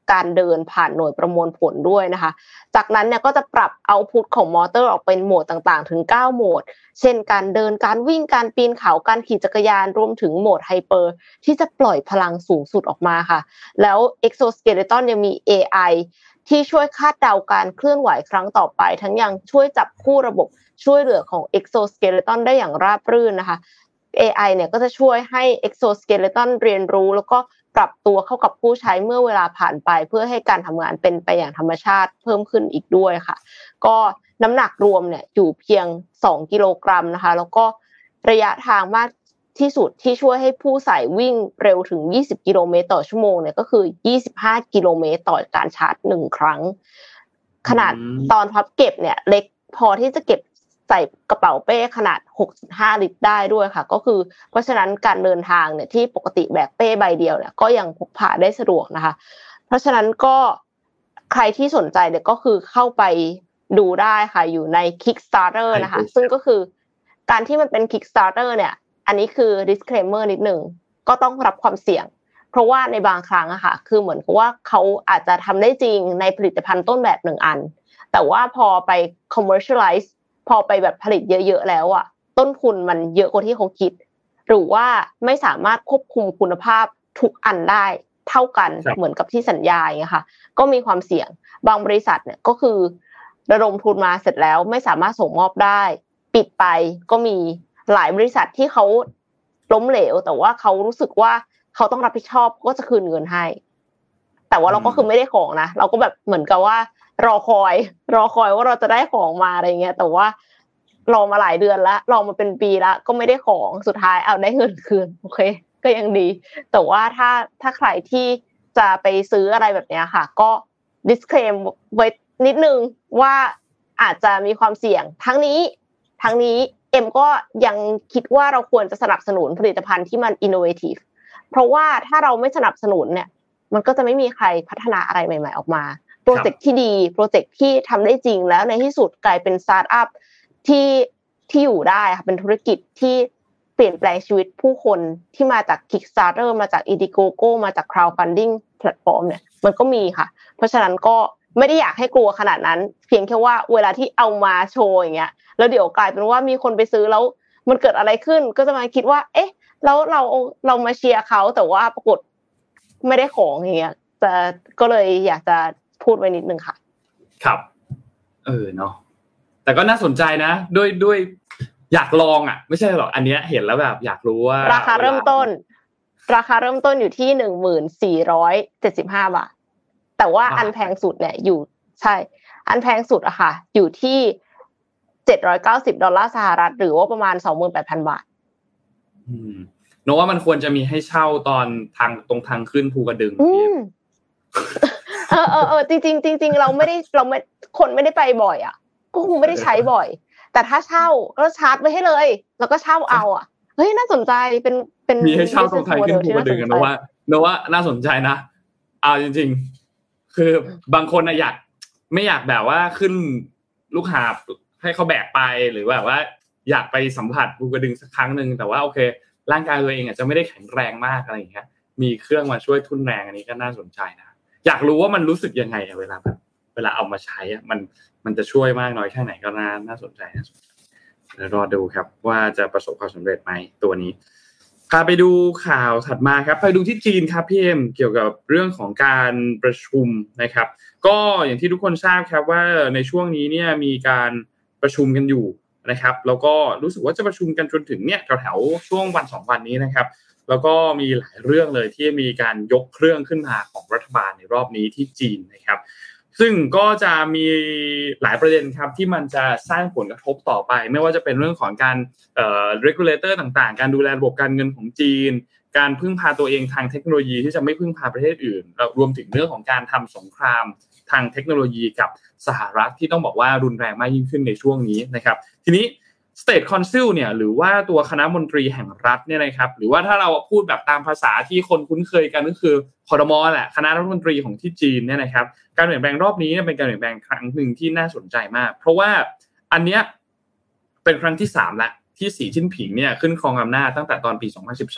การเดินผ่านหน่วยประมวลผลด้วยนะคะจากนั้นเนี่ยก็จะปรับเอาท์พุตของมอเตอร์ออกเป็นโหมดต่างๆถึงเก้าโหมดเช่นการเดินการวิ่งการปีนเขาการขี่จักรยานรวมถึงโหมดไฮเปอร์ที่จะปล่อยพลังสูงสุดออกมาค่ะแล้ว Exoskeleton ยังมี เอ ไอ ที่ช่วยคาดเดาการเคลื่อนไหวครั้งต่อไปทั้งยังช่วยจับคู่ระบบช่วยเหลือของ Exoskeleton ได้อย่างราบรื่นนะคะเอ ไอ เนี่ยก็จะช่วยให้ Exoskeleton เรียนรู้แล้วก็ปรับตัวเข้ากับผู้ใช้เมื่อเวลาผ่านไปเพื่อให้การทำงานเป็นไปอย่างธรรมชาติเพิ่มขึ้นอีกด้วยค่ะก็น้ำหนักรวมเนี่ยอยู่เพียงสองกิโลกรัมนะคะแล้วก็ระยะทางมากที่สุดที่ช่วยให้ผู้ใส่วิ่งเร็วถึงยี่สิบกิโลเมตรต่อชั่วโมงเนี่ยก็คือยี่สิบห้ากิโลเมตรต่อการชาร์จหนึ่งครั้งขนาดตอนพับเก็บเนี่ยเล็กพอที่จะเก็บใส่กระเป๋าเป้ขนาด หกจุดห้า ลิตรได้ด้วยค่ะก็คือเพราะฉะนั้นการเดินทางเนี่ยที่ปกติแบกเป้ใบเดียวเนี่ยก็ยังพกพาได้สะดวกนะคะเพราะฉะนั้นก็ใครที่สนใจเนี่ยก็คือเข้าไปดูได้ค่ะอยู่ใน Kickstarter นะคะซึ่งก็คือการที่มันเป็น Kickstarter เนี่ยอันนี้คือ disclaimer นิดนึงก็ต้องรับความเสี่ยงเพราะว่าในบางครั้งอะค่ะคือเหมือนกับว่าเขาอาจจะทำได้จริงในผลิตภัณฑ์ต้นแบบหนึ่งอันแต่ว่าพอไป commercializeพอไปแบบผลิตเยอะๆแล้วอ่ะต้นทุนมันเยอะกว่าที่เขาคิดหรือว่าไม่สามารถควบคุมคุณภาพทุกอันได้เท่ากันเหมือนกับที่สัญญาอย่างเงี้ยค่ะก็มีความเสี่ยงบางบริษัทเนี่ยก็คือระดมทุนมาเสร็จแล้วไม่สามารถส่งมอบได้ปิดไปก็มีหลายบริษัทที่เขาล้มเหลวแต่ว่าเขารู้สึกว่าเขาต้องรับผิดชอบก็จะคืนเงินให้แต่ว่าเราก็คือไม่ได้ของนะเราก็แบบเหมือนกับว่ารอคอยรอคอยว่าเราจะได้ของมาอะไรเงี้ยแต่ว่ารอมาหลายเดือนแล้วรอมาเป็นปีแล้วก็ไม่ได้ของสุดท้ายเอาได้เงินคืนโอเคก็ยังดีแต่ว่าถ้าถ้าใครที่จะไปซื้ออะไรแบบเนี้ยค่ะก็ disclaim ไว้นิดนึงว่าอาจจะมีความเสี่ยงทั้งนี้ทั้งนี้เอ็มก็ยังคิดว่าเราควรจะสนับสนุนผลิตภัณฑ์ที่มัน innovative เพราะว่าถ้าเราไม่สนับสนุนเนี่ยมันก็จะไม่มีใครพัฒนาอะไรใหม่ๆออกมาโปรเจกต์ที่ดีโปรเจกต์ที่ทำได้จริงแล้วในที่สุดกลายเป็นสตาร์ทอัพที่ที่อยู่ได้ค่ะเป็นธุรกิจที่เปลี่ยนแปลงชีวิตผู้คนที่มาจาก Kickstarter มาจาก Indiegogo มาจาก crowdfunding platform เนี่ยมันก็มีค่ะเพราะฉะนั้นก็ไม่ได้อยากให้กลัวขนาดนั้นเพียงแค่ว่าเวลาที่เอามาโชว์อย่างเงี้ยแล้วเดี๋ยวกลายเป็นว่ามีคนไปซื้อแล้วมันเกิดอะไรขึ้นก็จะมาคิดว่าเอ๊ะแล้วเราเรามาเชียร์เขาแต่ว่าปรากฏไม่ได้ของอย่างเงี้ยจะก็เลยอยากจะพูดไว้นิดนึงค่ะครับเออเนาะแต่ก็น่าสนใจนะด้วยด้วยอยากลองอ่ะไม่ใช่หรอกอันเนี้ยเห็นแล้วแบบอยากรู้ว่าราคาเริ่มต้นราคาเริ่มต้นอยู่ที่ หนึ่งพันสี่ร้อยเจ็ดสิบห้า บาทแต่ว่าอันแพงสุดเนี่ยอยู่ใช่อันแพงสุดอะค่ะอยู่ที่เจ็ดร้อยเก้าสิบดอลลาร์สหรัฐหรือว่าประมาณ สองหมื่นแปดพัน บาทอืมโนว่ามันควรจะมีให้เช่าตอนทางตรงทางขึ้นภูกระดึงพี่เออเออเออจริงๆจริงๆเราไม่ได้เราไม่คนไม่ได้ไปบ่อยอ่ะก็คงไม่ได้ใช้บ่อยแต่ถ้าเช่าก็ชาร์จไว้ให้เลยแล้วก็เช่าเอาอ่ะเฮ้ยน่าสนใจเป็นเป็นมีให้เช่าตรงทางขึ้นภูกระดึงกันนะว่าโนว่าน่าสนใจนะเอาจริงๆคือบางคนน่ะอยากไม่อยากแบบว่าขึ้นลูกหาบให้เขาแบกไปหรือแบบว่าอยากไปสัมผัสภูกระดึงสักครั้งนึงแต่ว่าโอเคร่างกายตัวเองอาจจะไม่ได้แข็งแรงมากอะไรอย่างเงี้ยมีเครื่องมาช่วยทุ่นแรงอันนี้ก็น่าสนใจนะอยากรู้ว่ามันรู้สึกยังไงเวลาแบบเวลาเอามาใช้มันมันจะช่วยมากน้อยแค่ไหนก็น่าน่าสนใจนะเดี๋ยวรอดูครับว่าจะประสบความสำเร็จไหมตัวนี้พาไปดูข่าวถัดมาครับไปดูที่จีนครับพี่เอ็มเกี่ยวกับเรื่องของการประชุมนะครับก็อย่างที่ทุกคนทราบครับว่าในช่วงนี้เนี่ยมีการประชุมกันอยู่นะครับแล้วก็รู้สึกว่าจะประชุมกันจนถึงเนี่ยแถวๆช่วงวันสองวันนี้นะครับแล้วก็มีหลายเรื่องเลยที่มีการยกเครื่องขึ้นมาของรัฐบาลในรอบนี้ที่จีนนะครับซึ่งก็จะมีหลายประเด็นครับที่มันจะสร้างผลกระทบต่อไปไม่ว่าจะเป็นเรื่องของการเอ่อ regulator ต่างๆการดูแลระบบการเงินของจีนการพึ่งพาตัวเองทางเทคโนโลยีที่จะไม่พึ่งพาประเทศอื่นรวมถึงเรื่องของการทำสงครามทางเทคโนโลยีกับสหรัฐที่ต้องบอกว่ารุนแรงมากยิ่งขึ้นในช่วงนี้นะครับทีนี้ State Council เนี่ยหรือว่าตัวคณะมนตรีแห่งรัฐเนี่ยนะครับหรือว่าถ้าเราพูดแบบตามภาษาที่คนคุ้นเคยกันก็คือครม.แหละคณะรัฐมนตรีของที่จีนเนี่ยนะครับการเปลี่ยนแปลงรอบนี้เป็นการเปลี่ยนแปลงครั้งนึงที่น่าสนใจมากเพราะว่าอันเนี้ยเป็นครั้งที่สามละที่สีจิ้นผิงเนี่ยขึ้นครองอำนาจตั้งแต่ตอนปีสองพันสิบสาม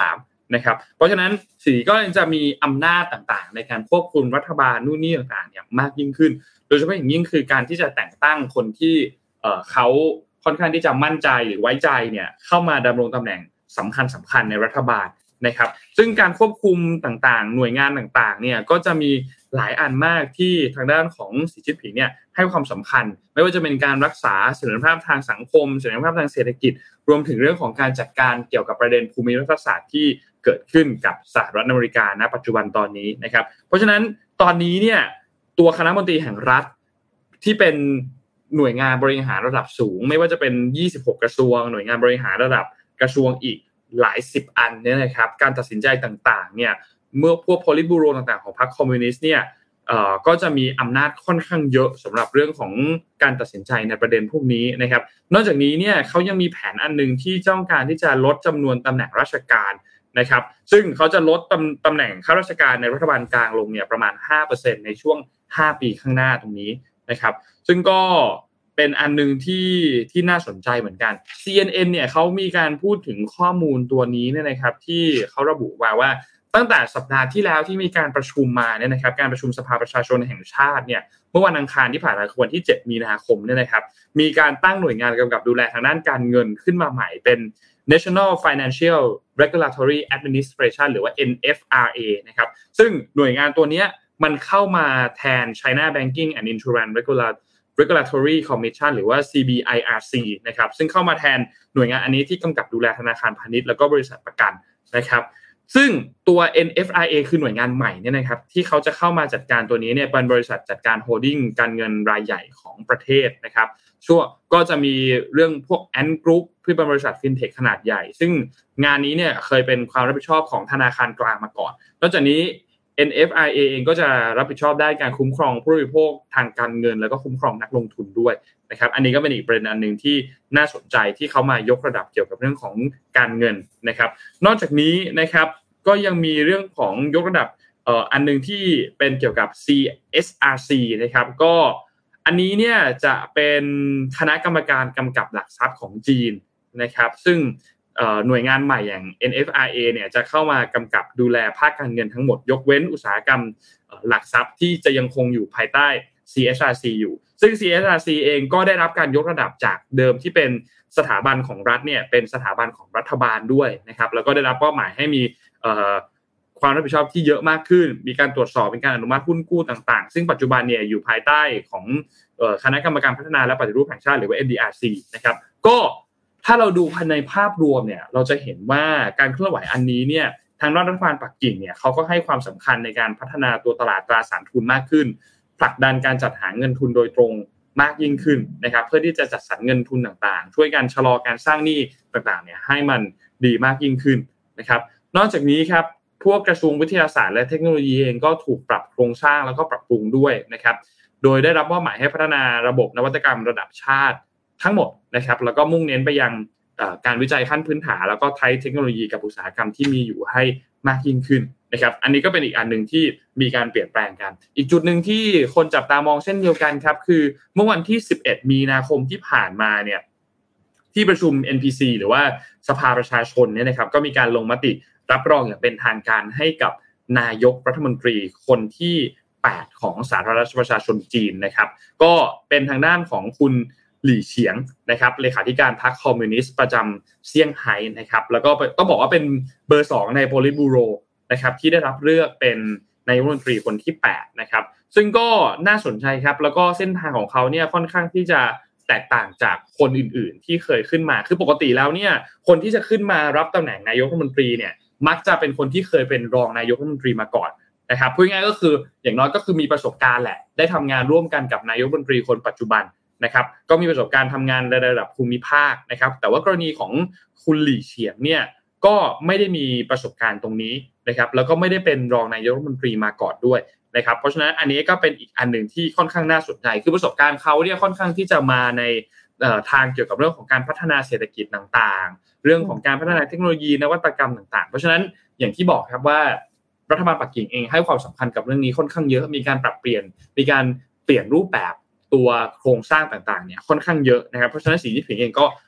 นะครับเพราะฉะนั้นสีก็จะมีอำนาจต่างๆในการควบคุมรัฐบาลนู่นนี่ต่างๆเนี่ยมากยิ่งขึ้นโดยเฉพาะอย่างยิ่งคือการที่จะแต่งตั้งคนที่เอ่อเขาค่อนข้างที่จะมั่นใจหรือไว้ใจเนี่ยเข้ามาดำรงตำแหน่งสำคัญสำคัญในรัฐบาลนะครับซึ่งการควบคุมต่างๆหน่วยงานต่างๆเนี่ยก็จะมีหลายอันมากที่ทางด้านของสีจิ้นผิงเนี่ยให้ความสำคัญไม่ว่าจะเป็นการรักษาเสถียรภาพทางสังคมเสถียรภาพทางเศรษฐกิจรวมถึงเรื่องของการจัดการเกี่ยวกับประเด็นภูมิรัฐศาสตร์ที่เกิดขึ้นกับสหรัฐอเมริกาณปัจจุบันตอนนี้นะครับเพราะฉะนั้นตอนนี้เนี่ยตัวคณะมนตรีแห่งรัฐที่เป็นหน่วยงานบริหารระดับสูงไม่ว่าจะเป็นยี่สิบหกกระทรวงหน่วยงานบริหารระดับกระทรวงอีกหลายสิบอันเนี่ยนะครับการตัดสินใจต่างๆเนี่ยเมื่อพวก Politburo ต่างๆของพรรคคอมมิวนิสต์เนี่ยเอ่อก็จะมีอำนาจค่อนข้างเยอะสำหรับเรื่องของการตัดสินใจในประเด็นพวกนี้นะครับนอกจากนี้เนี่ยเขายังมีแผนอันนึงที่ต้องการที่จะลดจำนวนตำแหน่งราชการนะครับซึ่งเขาจะลดตำตำแหน่งข้าราชการในรัฐบาลกลางลงเนี่ยประมาณ ห้าเปอร์เซ็นต์ ในช่วงห้าปีข้างหน้าตรงนี้นะครับซึ่งก็เป็นอันนึงที่ที่น่าสนใจเหมือนกัน ซี เอ็น เอ็น เนี่ยเขามีการพูดถึงข้อมูลตัวนี้เนี่ยนะครับที่เขาระบุไว้ว่าตั้งแต่สัปดาห์ที่แล้วที่มีการประชุมมาเนี่ยนะครับการประชุมสภาประชาชนแห่งชาติเนี่ยเมื่อวันอังคารที่ผ่านมาคือวันที่เจ็ดมีนาคมเนี่ยนะครับมีการตั้งหน่วยงานกำกับดูแลทางด้านการเงินขึ้นมาใหม่เป็น National Financial Regulatory Administration หรือว่า เอ็น เอฟ อาร์ เอ นะครับซึ่งหน่วยงานตัวนี้มันเข้ามาแทน China Banking and Insurance Regulatory Regulatory Commission หรือว่า ซี บี ไอ อาร์ ซี นะครับซึ่งเข้ามาแทนหน่วยงานอันนี้ที่กำกับดูแลธนาคารพาณิชย์แล้วก็บริษัทประกันนะครับซึ่งตัว เอ็น เอฟ อาร์ เอ คือหน่วยงานใหม่เนี่ยนะครับที่เขาจะเข้ามาจัดการตัวนี้เนี่ยเป็นบริษัทจัดการโฮลดิ้งการเงินรายใหญ่ของประเทศนะครับช่วงก็จะมีเรื่องพวก Ant Group ที่เป็นบริษัทฟินเทคขนาดใหญ่ซึ่งงานนี้เนี่ยเคยเป็นความรับผิดชอบของธนาคารกลางมาก่อนนอกจากนี้เอ็น เอฟ อาร์ เอ เองก็จะรับผิดชอบได้การคุ้มครองผู้บริโภคทางการเงินแล้วก็คุ้มครองนักลงทุนด้วยนะครับอันนี้ก็เป็นอีกประเด็นอันนึงที่น่าสนใจที่เขามายกระดับเกี่ยวกับเรื่องของการเงินนะครับนอกจากนี้นะครับก็ยังมีเรื่องของยกระดับเอ่ออันนึงที่เป็นเกี่ยวกับ ซี เอส อาร์ ซี นะครับก็อันนี้เนี่ยจะเป็นคณะกรรมการกำกับหลักทรัพย์ของจีนนะครับซึ่งหน่วยงานใหม่อย่าง เอ็น เอฟ อาร์ เอ เนี่ยจะเข้ามากำกับดูแลภาคการเงินทั้งหมดยกเว้นอุตสาหกรรมหลักทรัพย์ที่จะยังคงอยู่ภายใต้ ซี เอส อาร์ ซี อยู่ซึ่ง ซี เอส อาร์ ซี เองก็ได้รับการยกระดับจากเดิมที่เป็นสถาบันของรัฐเนี่ยเป็นสถาบันของรัฐบาลด้วยนะครับแล้วก็ได้รับเป้าหมายให้มีความรับผิดชอบที่เยอะมากขึ้นมีการตรวจสอบมีการอนุมัติหุ้นกู้ต่างๆซึ่งปัจจุบันเนี่ยอยู่ภายใต้ของคณะกรรมการพัฒนาและปฏิรูปแห่งชาติหรือว่า เอ็น ดี อาร์ ซี นะครับก็ถ้าเราดูภายในภาพรวมเนี่ยเราจะเห็นว่าการเคลื่อนไหวอันนี้เนี่ยทางรัฐบาลปักกิ่งเนี่ยเขาก็ให้ความสำคัญในการพัฒนาตัวตลาดตราสารทุนมากขึ้นผลักดันการจัดหาเงินทุนโดยตรงมากยิ่งขึ้นนะครับเพื่อที่จะจัดสรรเงินทุนต่างๆช่วยกันชะลอการสร้างหนี้ต่างๆเนี่ยให้มันดีมากยิ่งขึ้นนะครับนอกจากนี้ครับพวกกระทรวงวิทยาศาสตร์และเทคโนโลยีเองก็ถูกปรับโครงสร้างแล้วก็ปรับปรุงด้วยนะครับโดยได้รับมอบหมายให้พัฒนาระบบนวัตกรรมระดับชาติทั้งหมดนะครับแล้วก็มุ่งเน้นไปยังการวิจัยขั้นพื้นฐานแล้วก็ใช้เทคโนโลยีกับอุตสาหกรรมที่มีอยู่ให้มากยิ่งขึ้นนะครับอันนี้ก็เป็นอีกอันนึงที่มีการเปลี่ยนแปลงกันอีกจุดนึงที่คนจับตามองเช่นเดียวกันครับคือเมื่อวันที่สิบเอ็ดมีนาคมที่ผ่านมาเนี่ยที่ประชุม เอ็น พี ซี หรือว่าสภาประชาชนเนี่ยนะครับก็มีการลงมติรับรองอย่างเป็นทางการให้กับนายกรัฐมนตรีคนที่แปดของสาธารณรัฐประชาชนจีนนะครับก็เป็นทางด้านของคุณหลี่เฉียงนะครับเลขาธิการพรรคคอมมิวนิสต์ประจำเซี่ยงไฮ้นะครับแล้วก็ต้องบอกว่าเป็นเบอร์สองใน Politburo นะครับที่ได้รับเลือกเป็นนายกรัฐมนตรีคนที่แปดนะครับซึ่งก็น่าสนใจครับแล้วก็เส้นทางของเขาเนี่ยค่อนข้างที่จะแตกต่างจากคนอื่นๆที่เคยขึ้นมาคือปกติแล้วเนี่ยคนที่จะขึ้นมารับตำแหน่งนายกรัฐมนตรีเนี่ยมักจะเป็นคนที่เคยเป็นรองนายกรัฐมนตรีมาก่อนนะครับพูดง่ายๆก็คืออย่างน้อยก็คือมีประสบการณ์แหละได้ทำงานร่วมกันกับนายกรัฐมนตรีคนปัจจุบันนะครับก็มีประสบการณ์ทำงานในระดับภูมิภาคนะครับแต่ว่ากรณีของคุณหลี่เฉียงเนี่ยก็ไม่ได้มีประสบการณ์ตรงนี้นะครับแล้วก็ไม่ได้เป็นรองนายกรัฐมนตรีมาก่อนด้วยนะครับเพราะฉะนั้นอันนี้ก็เป็นอีกอันหนึ่งที่ค่อนข้างน่าสนใจคือประสบการณ์เขาเนี่ยค่อนข้างที่จะมาในทางเกี่ยวกับเรื่องของการพัฒนาเศรษฐกิจต่างๆเรื่องของการพัฒนาเทคโนโลยีนวัตกรรมต่างๆเพราะฉะนั้นอย่างที่บอกครับว่ารัฐบาลปักกิ่งเองให้ความสำคัญกับเรื่องนี้ค่อนข้างเยอะมีการปรับเปลี่ยนมีการเปลี่ยนรูปแบบตัวโครงสร้างต่างๆเนี่ยค่อนข้างเยอะนะครับเพราะฉะนั้นสีจิ้นผิงเองก็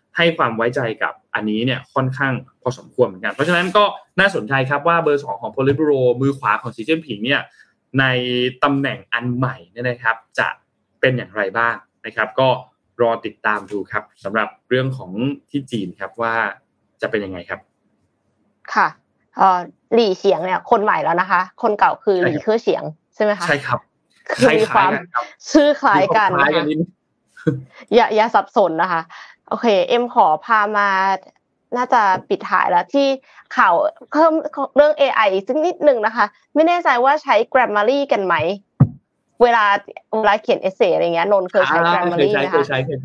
ให้ความไว้ใจกับอันนี้เนี่ยค่อนข้างพอสมควรเหมือนกันเพราะฉะนั้นก็น่าสนใจครับว่าเบอร์สองของโพลิตบูโรมือขวาของสีจิ้นผิงเนี่ยในตำแหน่งอันใหม่เนี่ยนะครับจะเป็นอย่างไรบ้างนะครับก็รอติดตามดูครับสำหรับเรื่องของที่จีนครับว่าจะเป็นยังไงครับค่ะเอ่อหลี่เฉียงเนี่ยคนใหม่แล้วนะคะคนเก่าคือหลี่เคอเฉียงใช่ไหมคะใช่ครับคือมีความชื่อคล้ายกันนะคะอย่าอย่าสับสนนะคะโอเคเอ็มขอพามาน่าจะปิดท้ายแล้วที่ข่าวเพิ่มเรื่อง เอ ไอ ซึ่งนิดนึงนะคะไม่แน่ใจว่าใช้ Grammarly กันไหมเวลาเวลาเขียนเอเซอะไรเงี้ยนนเคยใช้ Grammarly ไหมคะเคยใช้เคยใช้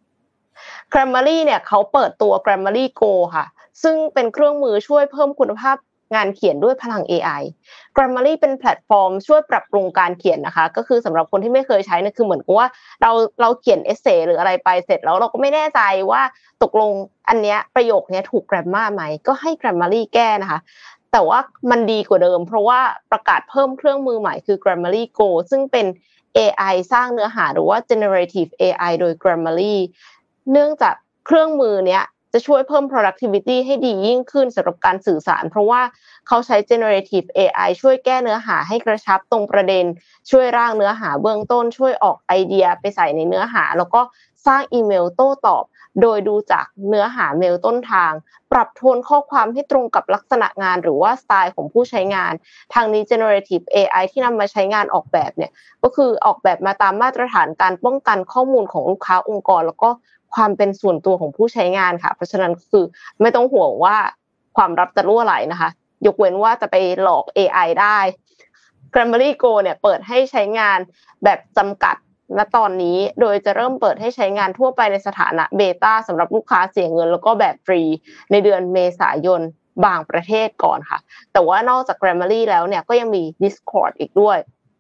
Grammarly เนี่ยเขาเปิดตัว Grammarly Go ค่ะซึ่งเป็นเครื่องมือช่วยเพิ่มคุณภาพงานเขียนด้วยพลัง เอ ไอ Grammarly เป็นแพลตฟอร์มช่วยปรับปรุงการเขียนนะคะก็คือสำหรับคนที่ไม่เคยใช้เนี่ยคือเหมือนกับว่าเราเราเขียนเอเซหรืออะไรไปเสร็จแล้วเราก็ไม่แน่ใจว่าตกลงอันเนี้ยประโยคเนี้ยถูก grammar ไหมก็ให้ Grammarly แก้นะคะแต่ว่ามันดีกว่าเดิมเพราะว่าประกาศเพิ่มเครื่องมือใหม่คือ Grammarly Go ซึ่งเป็น เอ ไอ สร้างเนื้อหาหรือว่า generative เอ ไอ โดย Grammarly เนื่องจากเครื่องมือเนี้ยจะช่วยเพิ่ม productivity ให้ดียิ่งขึ้นสำหรับการสื่อสารเพราะว่าเขาใช้ generative เอ ไอ ช่วยแก้เนื้อหาให้กระชับตรงประเด็นช่วยร่างเนื้อหาเบื้องต้นช่วยออกไอเดียไปใส่ในเนื้อหาแล้วก็สร้างอีเมลโต้ตอบโดยดูจากเนื้อหาเมลต้นทางปรับโทนข้อความให้ตรงกับลักษณะงานหรือว่าสไตล์ของผู้ใช้งานทางนี้ generative เอ ไอ ที่นำมาใช้งานออกแบบเนี่ยก็คือออกแบบมาตามมาตรฐานการป้องกันข้อมูลของลูกค้าองค์กรแล้วก็ความเป็นส่วนตัวของผู้ใช้งานค่ะเพราะฉะนั้นคือไม่ต้องห่วงว่าความลับจะรั่วไหลนะคะยกเว้นว่าจะไปหลอก เอ ไอ ได้ Grammarly Go เนี่ยเปิดให้ใช้งานแบบจำกัดณตอนนี้โดยจะเริ่มเปิดให้ใช้งานทั่วไปในสถานะเบต้าสำหรับลูกค้าเสียเงินแล้วก็แบบฟรีในเดือนเมษายนบางประเทศก่อนค่ะแต่ว่านอกจาก Grammarly แล้วเนี่ยก็ยังมี Discord อีกด้วย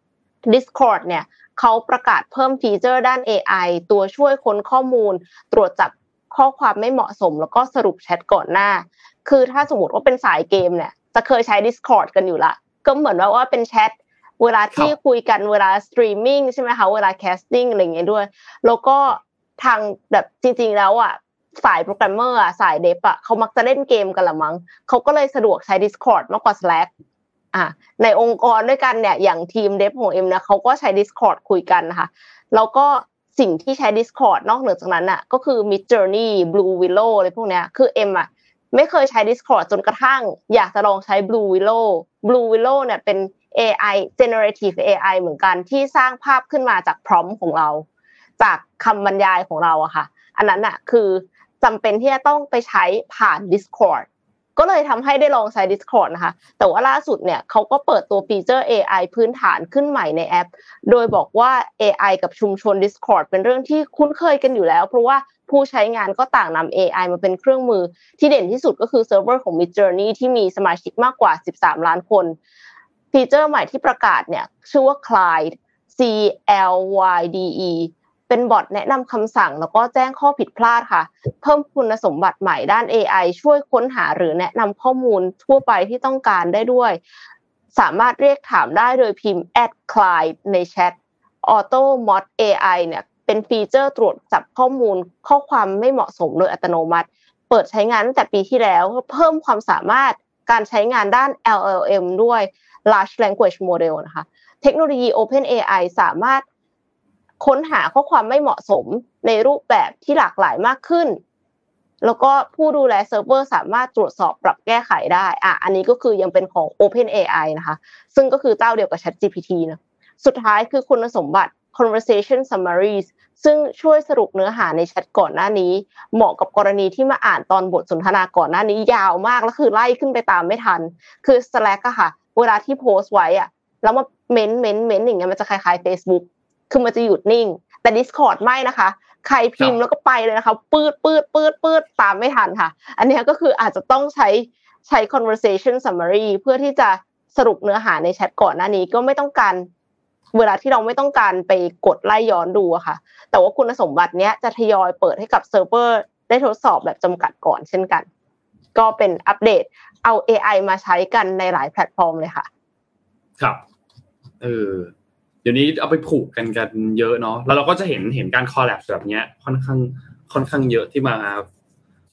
Discord เนี่ยเขาประกาศเพิ่มฟีเจอร์ด้าน เอ ไอ ตัวช่วยค้นข้อมูลตรวจจับข้อความไม่เหมาะสมแล้วก็สรุปแชทก่อนหน้าคือถ้าสมมติว่าเป็นสายเกมเนี่ยจะเคยใช้ Discord กันอยู่ละก็เหมือนว่าว่าเป็นแชทเวลาที่คุยกันเวลาสตรีมมิ่งใช่ไหมคะเวลาแคสติ้งอะไรอย่างเงี้ยด้วยแล้วก็ทางแบบจริงๆแล้วอ่ะสายโปรแกรมเมอร์อ่ะสายเดฟอ่ะเขามักจะเล่นเกมกันละมั้งเขาก็เลยสะดวกใช้ Discord มากกว่า Slack อ่ะในองค์กรด้วยกันเนี่ยอย่างทีมเดฟของเอ็มนะเขาก็ใช้ Discord คุยกันนะคะแล้วก็สิ่งที่ใช้ Discord นอกเหนือจากนั้นน่ะก็คือ Midjourney Blue Willow อะไรพวกเนี้ยคือเอ็มอ่ะไม่เคยใช้ Discord จนกระทั่งอยากจะลองใช้ Blue Willow Blue Willow เนี่ยเป็น เอ ไอ generative เอ ไอ เหมือนกันที่สร้างภาพขึ้นมาจาก prompt ของเราจากคำบรรยายของเราอะค่ะอันนั้นน่ะคือจำเป็นที่จะต้องไปใช้ผ่าน Discord ก็เลยทำให้ได้ลองใช้ Discord นะคะแต่ว่าล่าสุดเนี่ยเขาก็เปิดตัวฟีเจอร์ เอ ไอ พื้นฐานขึ้นใหม่ในแอปโดยบอกว่า เอ ไอ กับชุมชน Discord เป็นเรื่องที่คุ้นเคยกันอยู่แล้วเพราะว่าผู้ใช้งานก็ต่างนำ เอ ไอ มาเป็นเครื่องมือที่เด่นที่สุดก็คือเซิร์ฟเวอร์ของ Midjourney ที่มีสมาชิกมากกว่าสิบสามล้านคนฟีเจอร์ใหม่ที่ประกาศเนี่ยชื่อว่า Clyde C L Y D E เป็นบอทแนะนำคำสั่งแล้วก็แจ้งข้อผิดพลาดค่ะเพิ่มคุณสมบัติใหม่ด้าน เอ ไอ ช่วยค้นหาหรือแนะนำข้อมูลทั่วไปที่ต้องการได้ด้วยสามารถเรียกถามได้โดยพิมพ์ แอท Clyde ในแชท Auto Mod เอ ไอ เนี่ยเป็นฟีเจอร์ตรวจจับข้อมูลข้อความไม่เหมาะสมโดยอัตโนมัติเปิดใช้งานตั้งแต่ปีที่แล้วเพิ่มความสามารถการใช้งานด้าน แอล แอล เอ็ม ด้วย Large Language Model นะคะเทคโนโลยี OpenAI สามารถค้นหาข้อความไม่เหมาะสมในรูปแบบที่หลากหลายมากขึ้นแล้วก็ผู้ดูแลเซิร์ฟเวอร์สามารถตรวจสอบปรับแก้ไขได้อ่ะอันนี้ก็คือยังเป็นของ OpenAI นะคะซึ่งก็คือเจ้าเดียวกับ ChatGPT นะสุดท้ายคือคุณสมบัติ Conversation Summaries ซึ่งช่วยสรุปเนื้อหาในแชทก่อนหน้านี้เหมาะกับกรณีที่มาอ่านตอนบทสนทนาก่อนหน้านี้ยาวมากแล้วคือไล่ขึ้นไปตามไม่ทันคือ Slack อะค่ะเวลาที่โพสต์ไว้อะแล้วมาเม้นเม้นเม้นอย่างเงี้ยมันจะคล้ายๆ Facebook คือมันจะหยุดนิ่งแต่ Discord ไม่นะคะใครพิมพ์แล้วก็ไปเลยนะคะปืดปืดปืดปืดตามไม่ทันค่ะอันนี้ก็คืออาจจะต้องใช้ใช้ conversation summary เพื่อที่จะสรุปเนื้อหาในแชทก่อนหน้านี้ก็ไม่ต้องการเวลาที่เราไม่ต้องการไปกดไล่ย้อนดูอะค่ะแต่ว่าคุณสมบัติเนี้ยจะทยอยเปิดให้กับเซิร์ฟเวอร์ได้ทดสอบแบบจำกัดก่อนเช่นกันก็เป็นอัปเดตเอา เอ ไอ มาใช้กันในหลายแพลตฟอร์มเลยค่ะครับเออเดี๋ยวนี้เอาไปผูกกันกันเยอะเนาะแล้วเราก็จะเห็นเห็นการคอลแลบแบบเนี้ยค่อนข้างค่อนข้างเยอะที่มา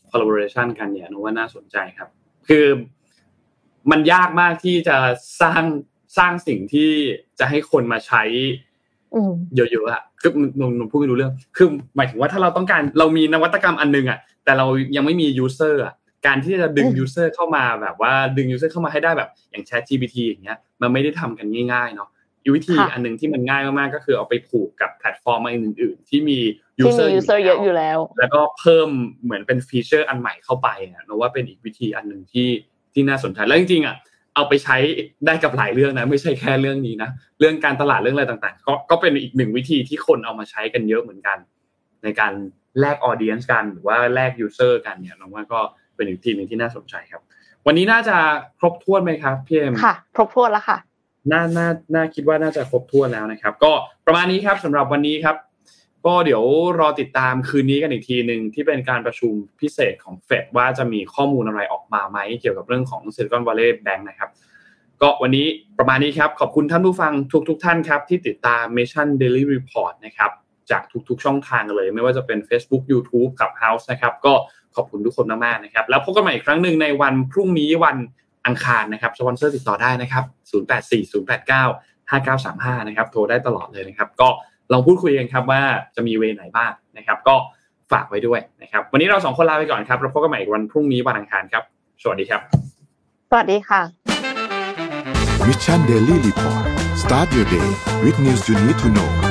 collaboration กันเนี่ยนึกว่าน่าสนใจครับคือมันยากมากที่จะสร้างสร้างสิ่งที่จะให้คนมาใช้เยอะๆอ่ะคือหนูพูดไม่รู้เรื่องคือหมายถึงว่าถ้าเราต้องการเรามีนวัตกรรมอันนึงอ่ะแต่เรายังไม่มี user อ่ะการที่จะดึง user เข้ามาแบบว่าดึง user เข้ามาให้ได้แบบอย่าง ChatGPT อย่างเงี้ยมันไม่ได้ทำกันง่ายๆเนาะวิธีอันนึงที่มันง่ายมากๆก็คือเอาไปผูกกับแพลตฟอร์มอื่นๆที่มี user เยอะอยู่แล้วแล้วก็เพิ่มเหมือนเป็นฟีเจอร์อันใหม่เข้าไปเนี่ยนึกว่าเป็นอีกวิธีอันนึงที่ที่น่าสนใจแล้วจริงๆอ่ะเอาไปใช้ได้กับหลายเรื่องนะไม่ใช่แค่เรื่องนี้นะเรื่องการตลาดเรื่องอะไรต่างๆก็ก็เป็นอีกหนึ่งวิธีที่คนเอามาใช้กันเยอะเหมือนกันในการแลก audience กันหรือว่าแลก user กันเนี่ยน้องว่าก็เป็นอีกทีนึงที่น่าสนใจครับวันนี้น่าจะครบถ้วนไหมครับพี่เอ็มค่ะครบถ้วนแล้วค่ะน่าน่าน่าคิดว่าน่าจะครบถ้วนแล้วนะครับก็ประมาณนี้ครับสำหรับวันนี้ครับก็เดี๋ยวรอติดตามคืนนี้กันอีกทีนึงที่เป็นการประชุมพิเศษของ Fed ว่าจะมีข้อมูลอะไรออกมาไหมเกี่ยวกับเรื่องของ Silicon Valley Bank นะครับก็วันนี้ประมาณนี้ครับขอบคุณท่านผู้ฟังทุกๆท่านครับที่ติดตาม Mission Daily Report นะครับจากทุกๆช่องทางเลยไม่ว่าจะเป็น Facebook YouTube Clubhouse นะครับก็ขอบคุณทุกคนมากๆนะครับแล้วพบกันใหม่อีกครั้งนึงในวันพรุ่งนี้วันอังคารนะครับสปอนเซอร์ติดต่อได้นะครับศูนย์ แปด สี่ ศูนย์ แปด เก้า ห้า เก้า สาม ห้านะครับโทรได้ตลอดเลยนะครับก็ลองพูดคุยกันครับว่าจะมีเวย์ไหนบ้างนะครับก็ฝากไว้ด้วยนะครับวันนี้เราสองคนลาไปก่อนครับแล้วพบกันใหม่วันพรุ่งนี้วันอังคารครับสวัสดีครับสวัสดีค่ะ Mission Daily Report Start your day with news you need to know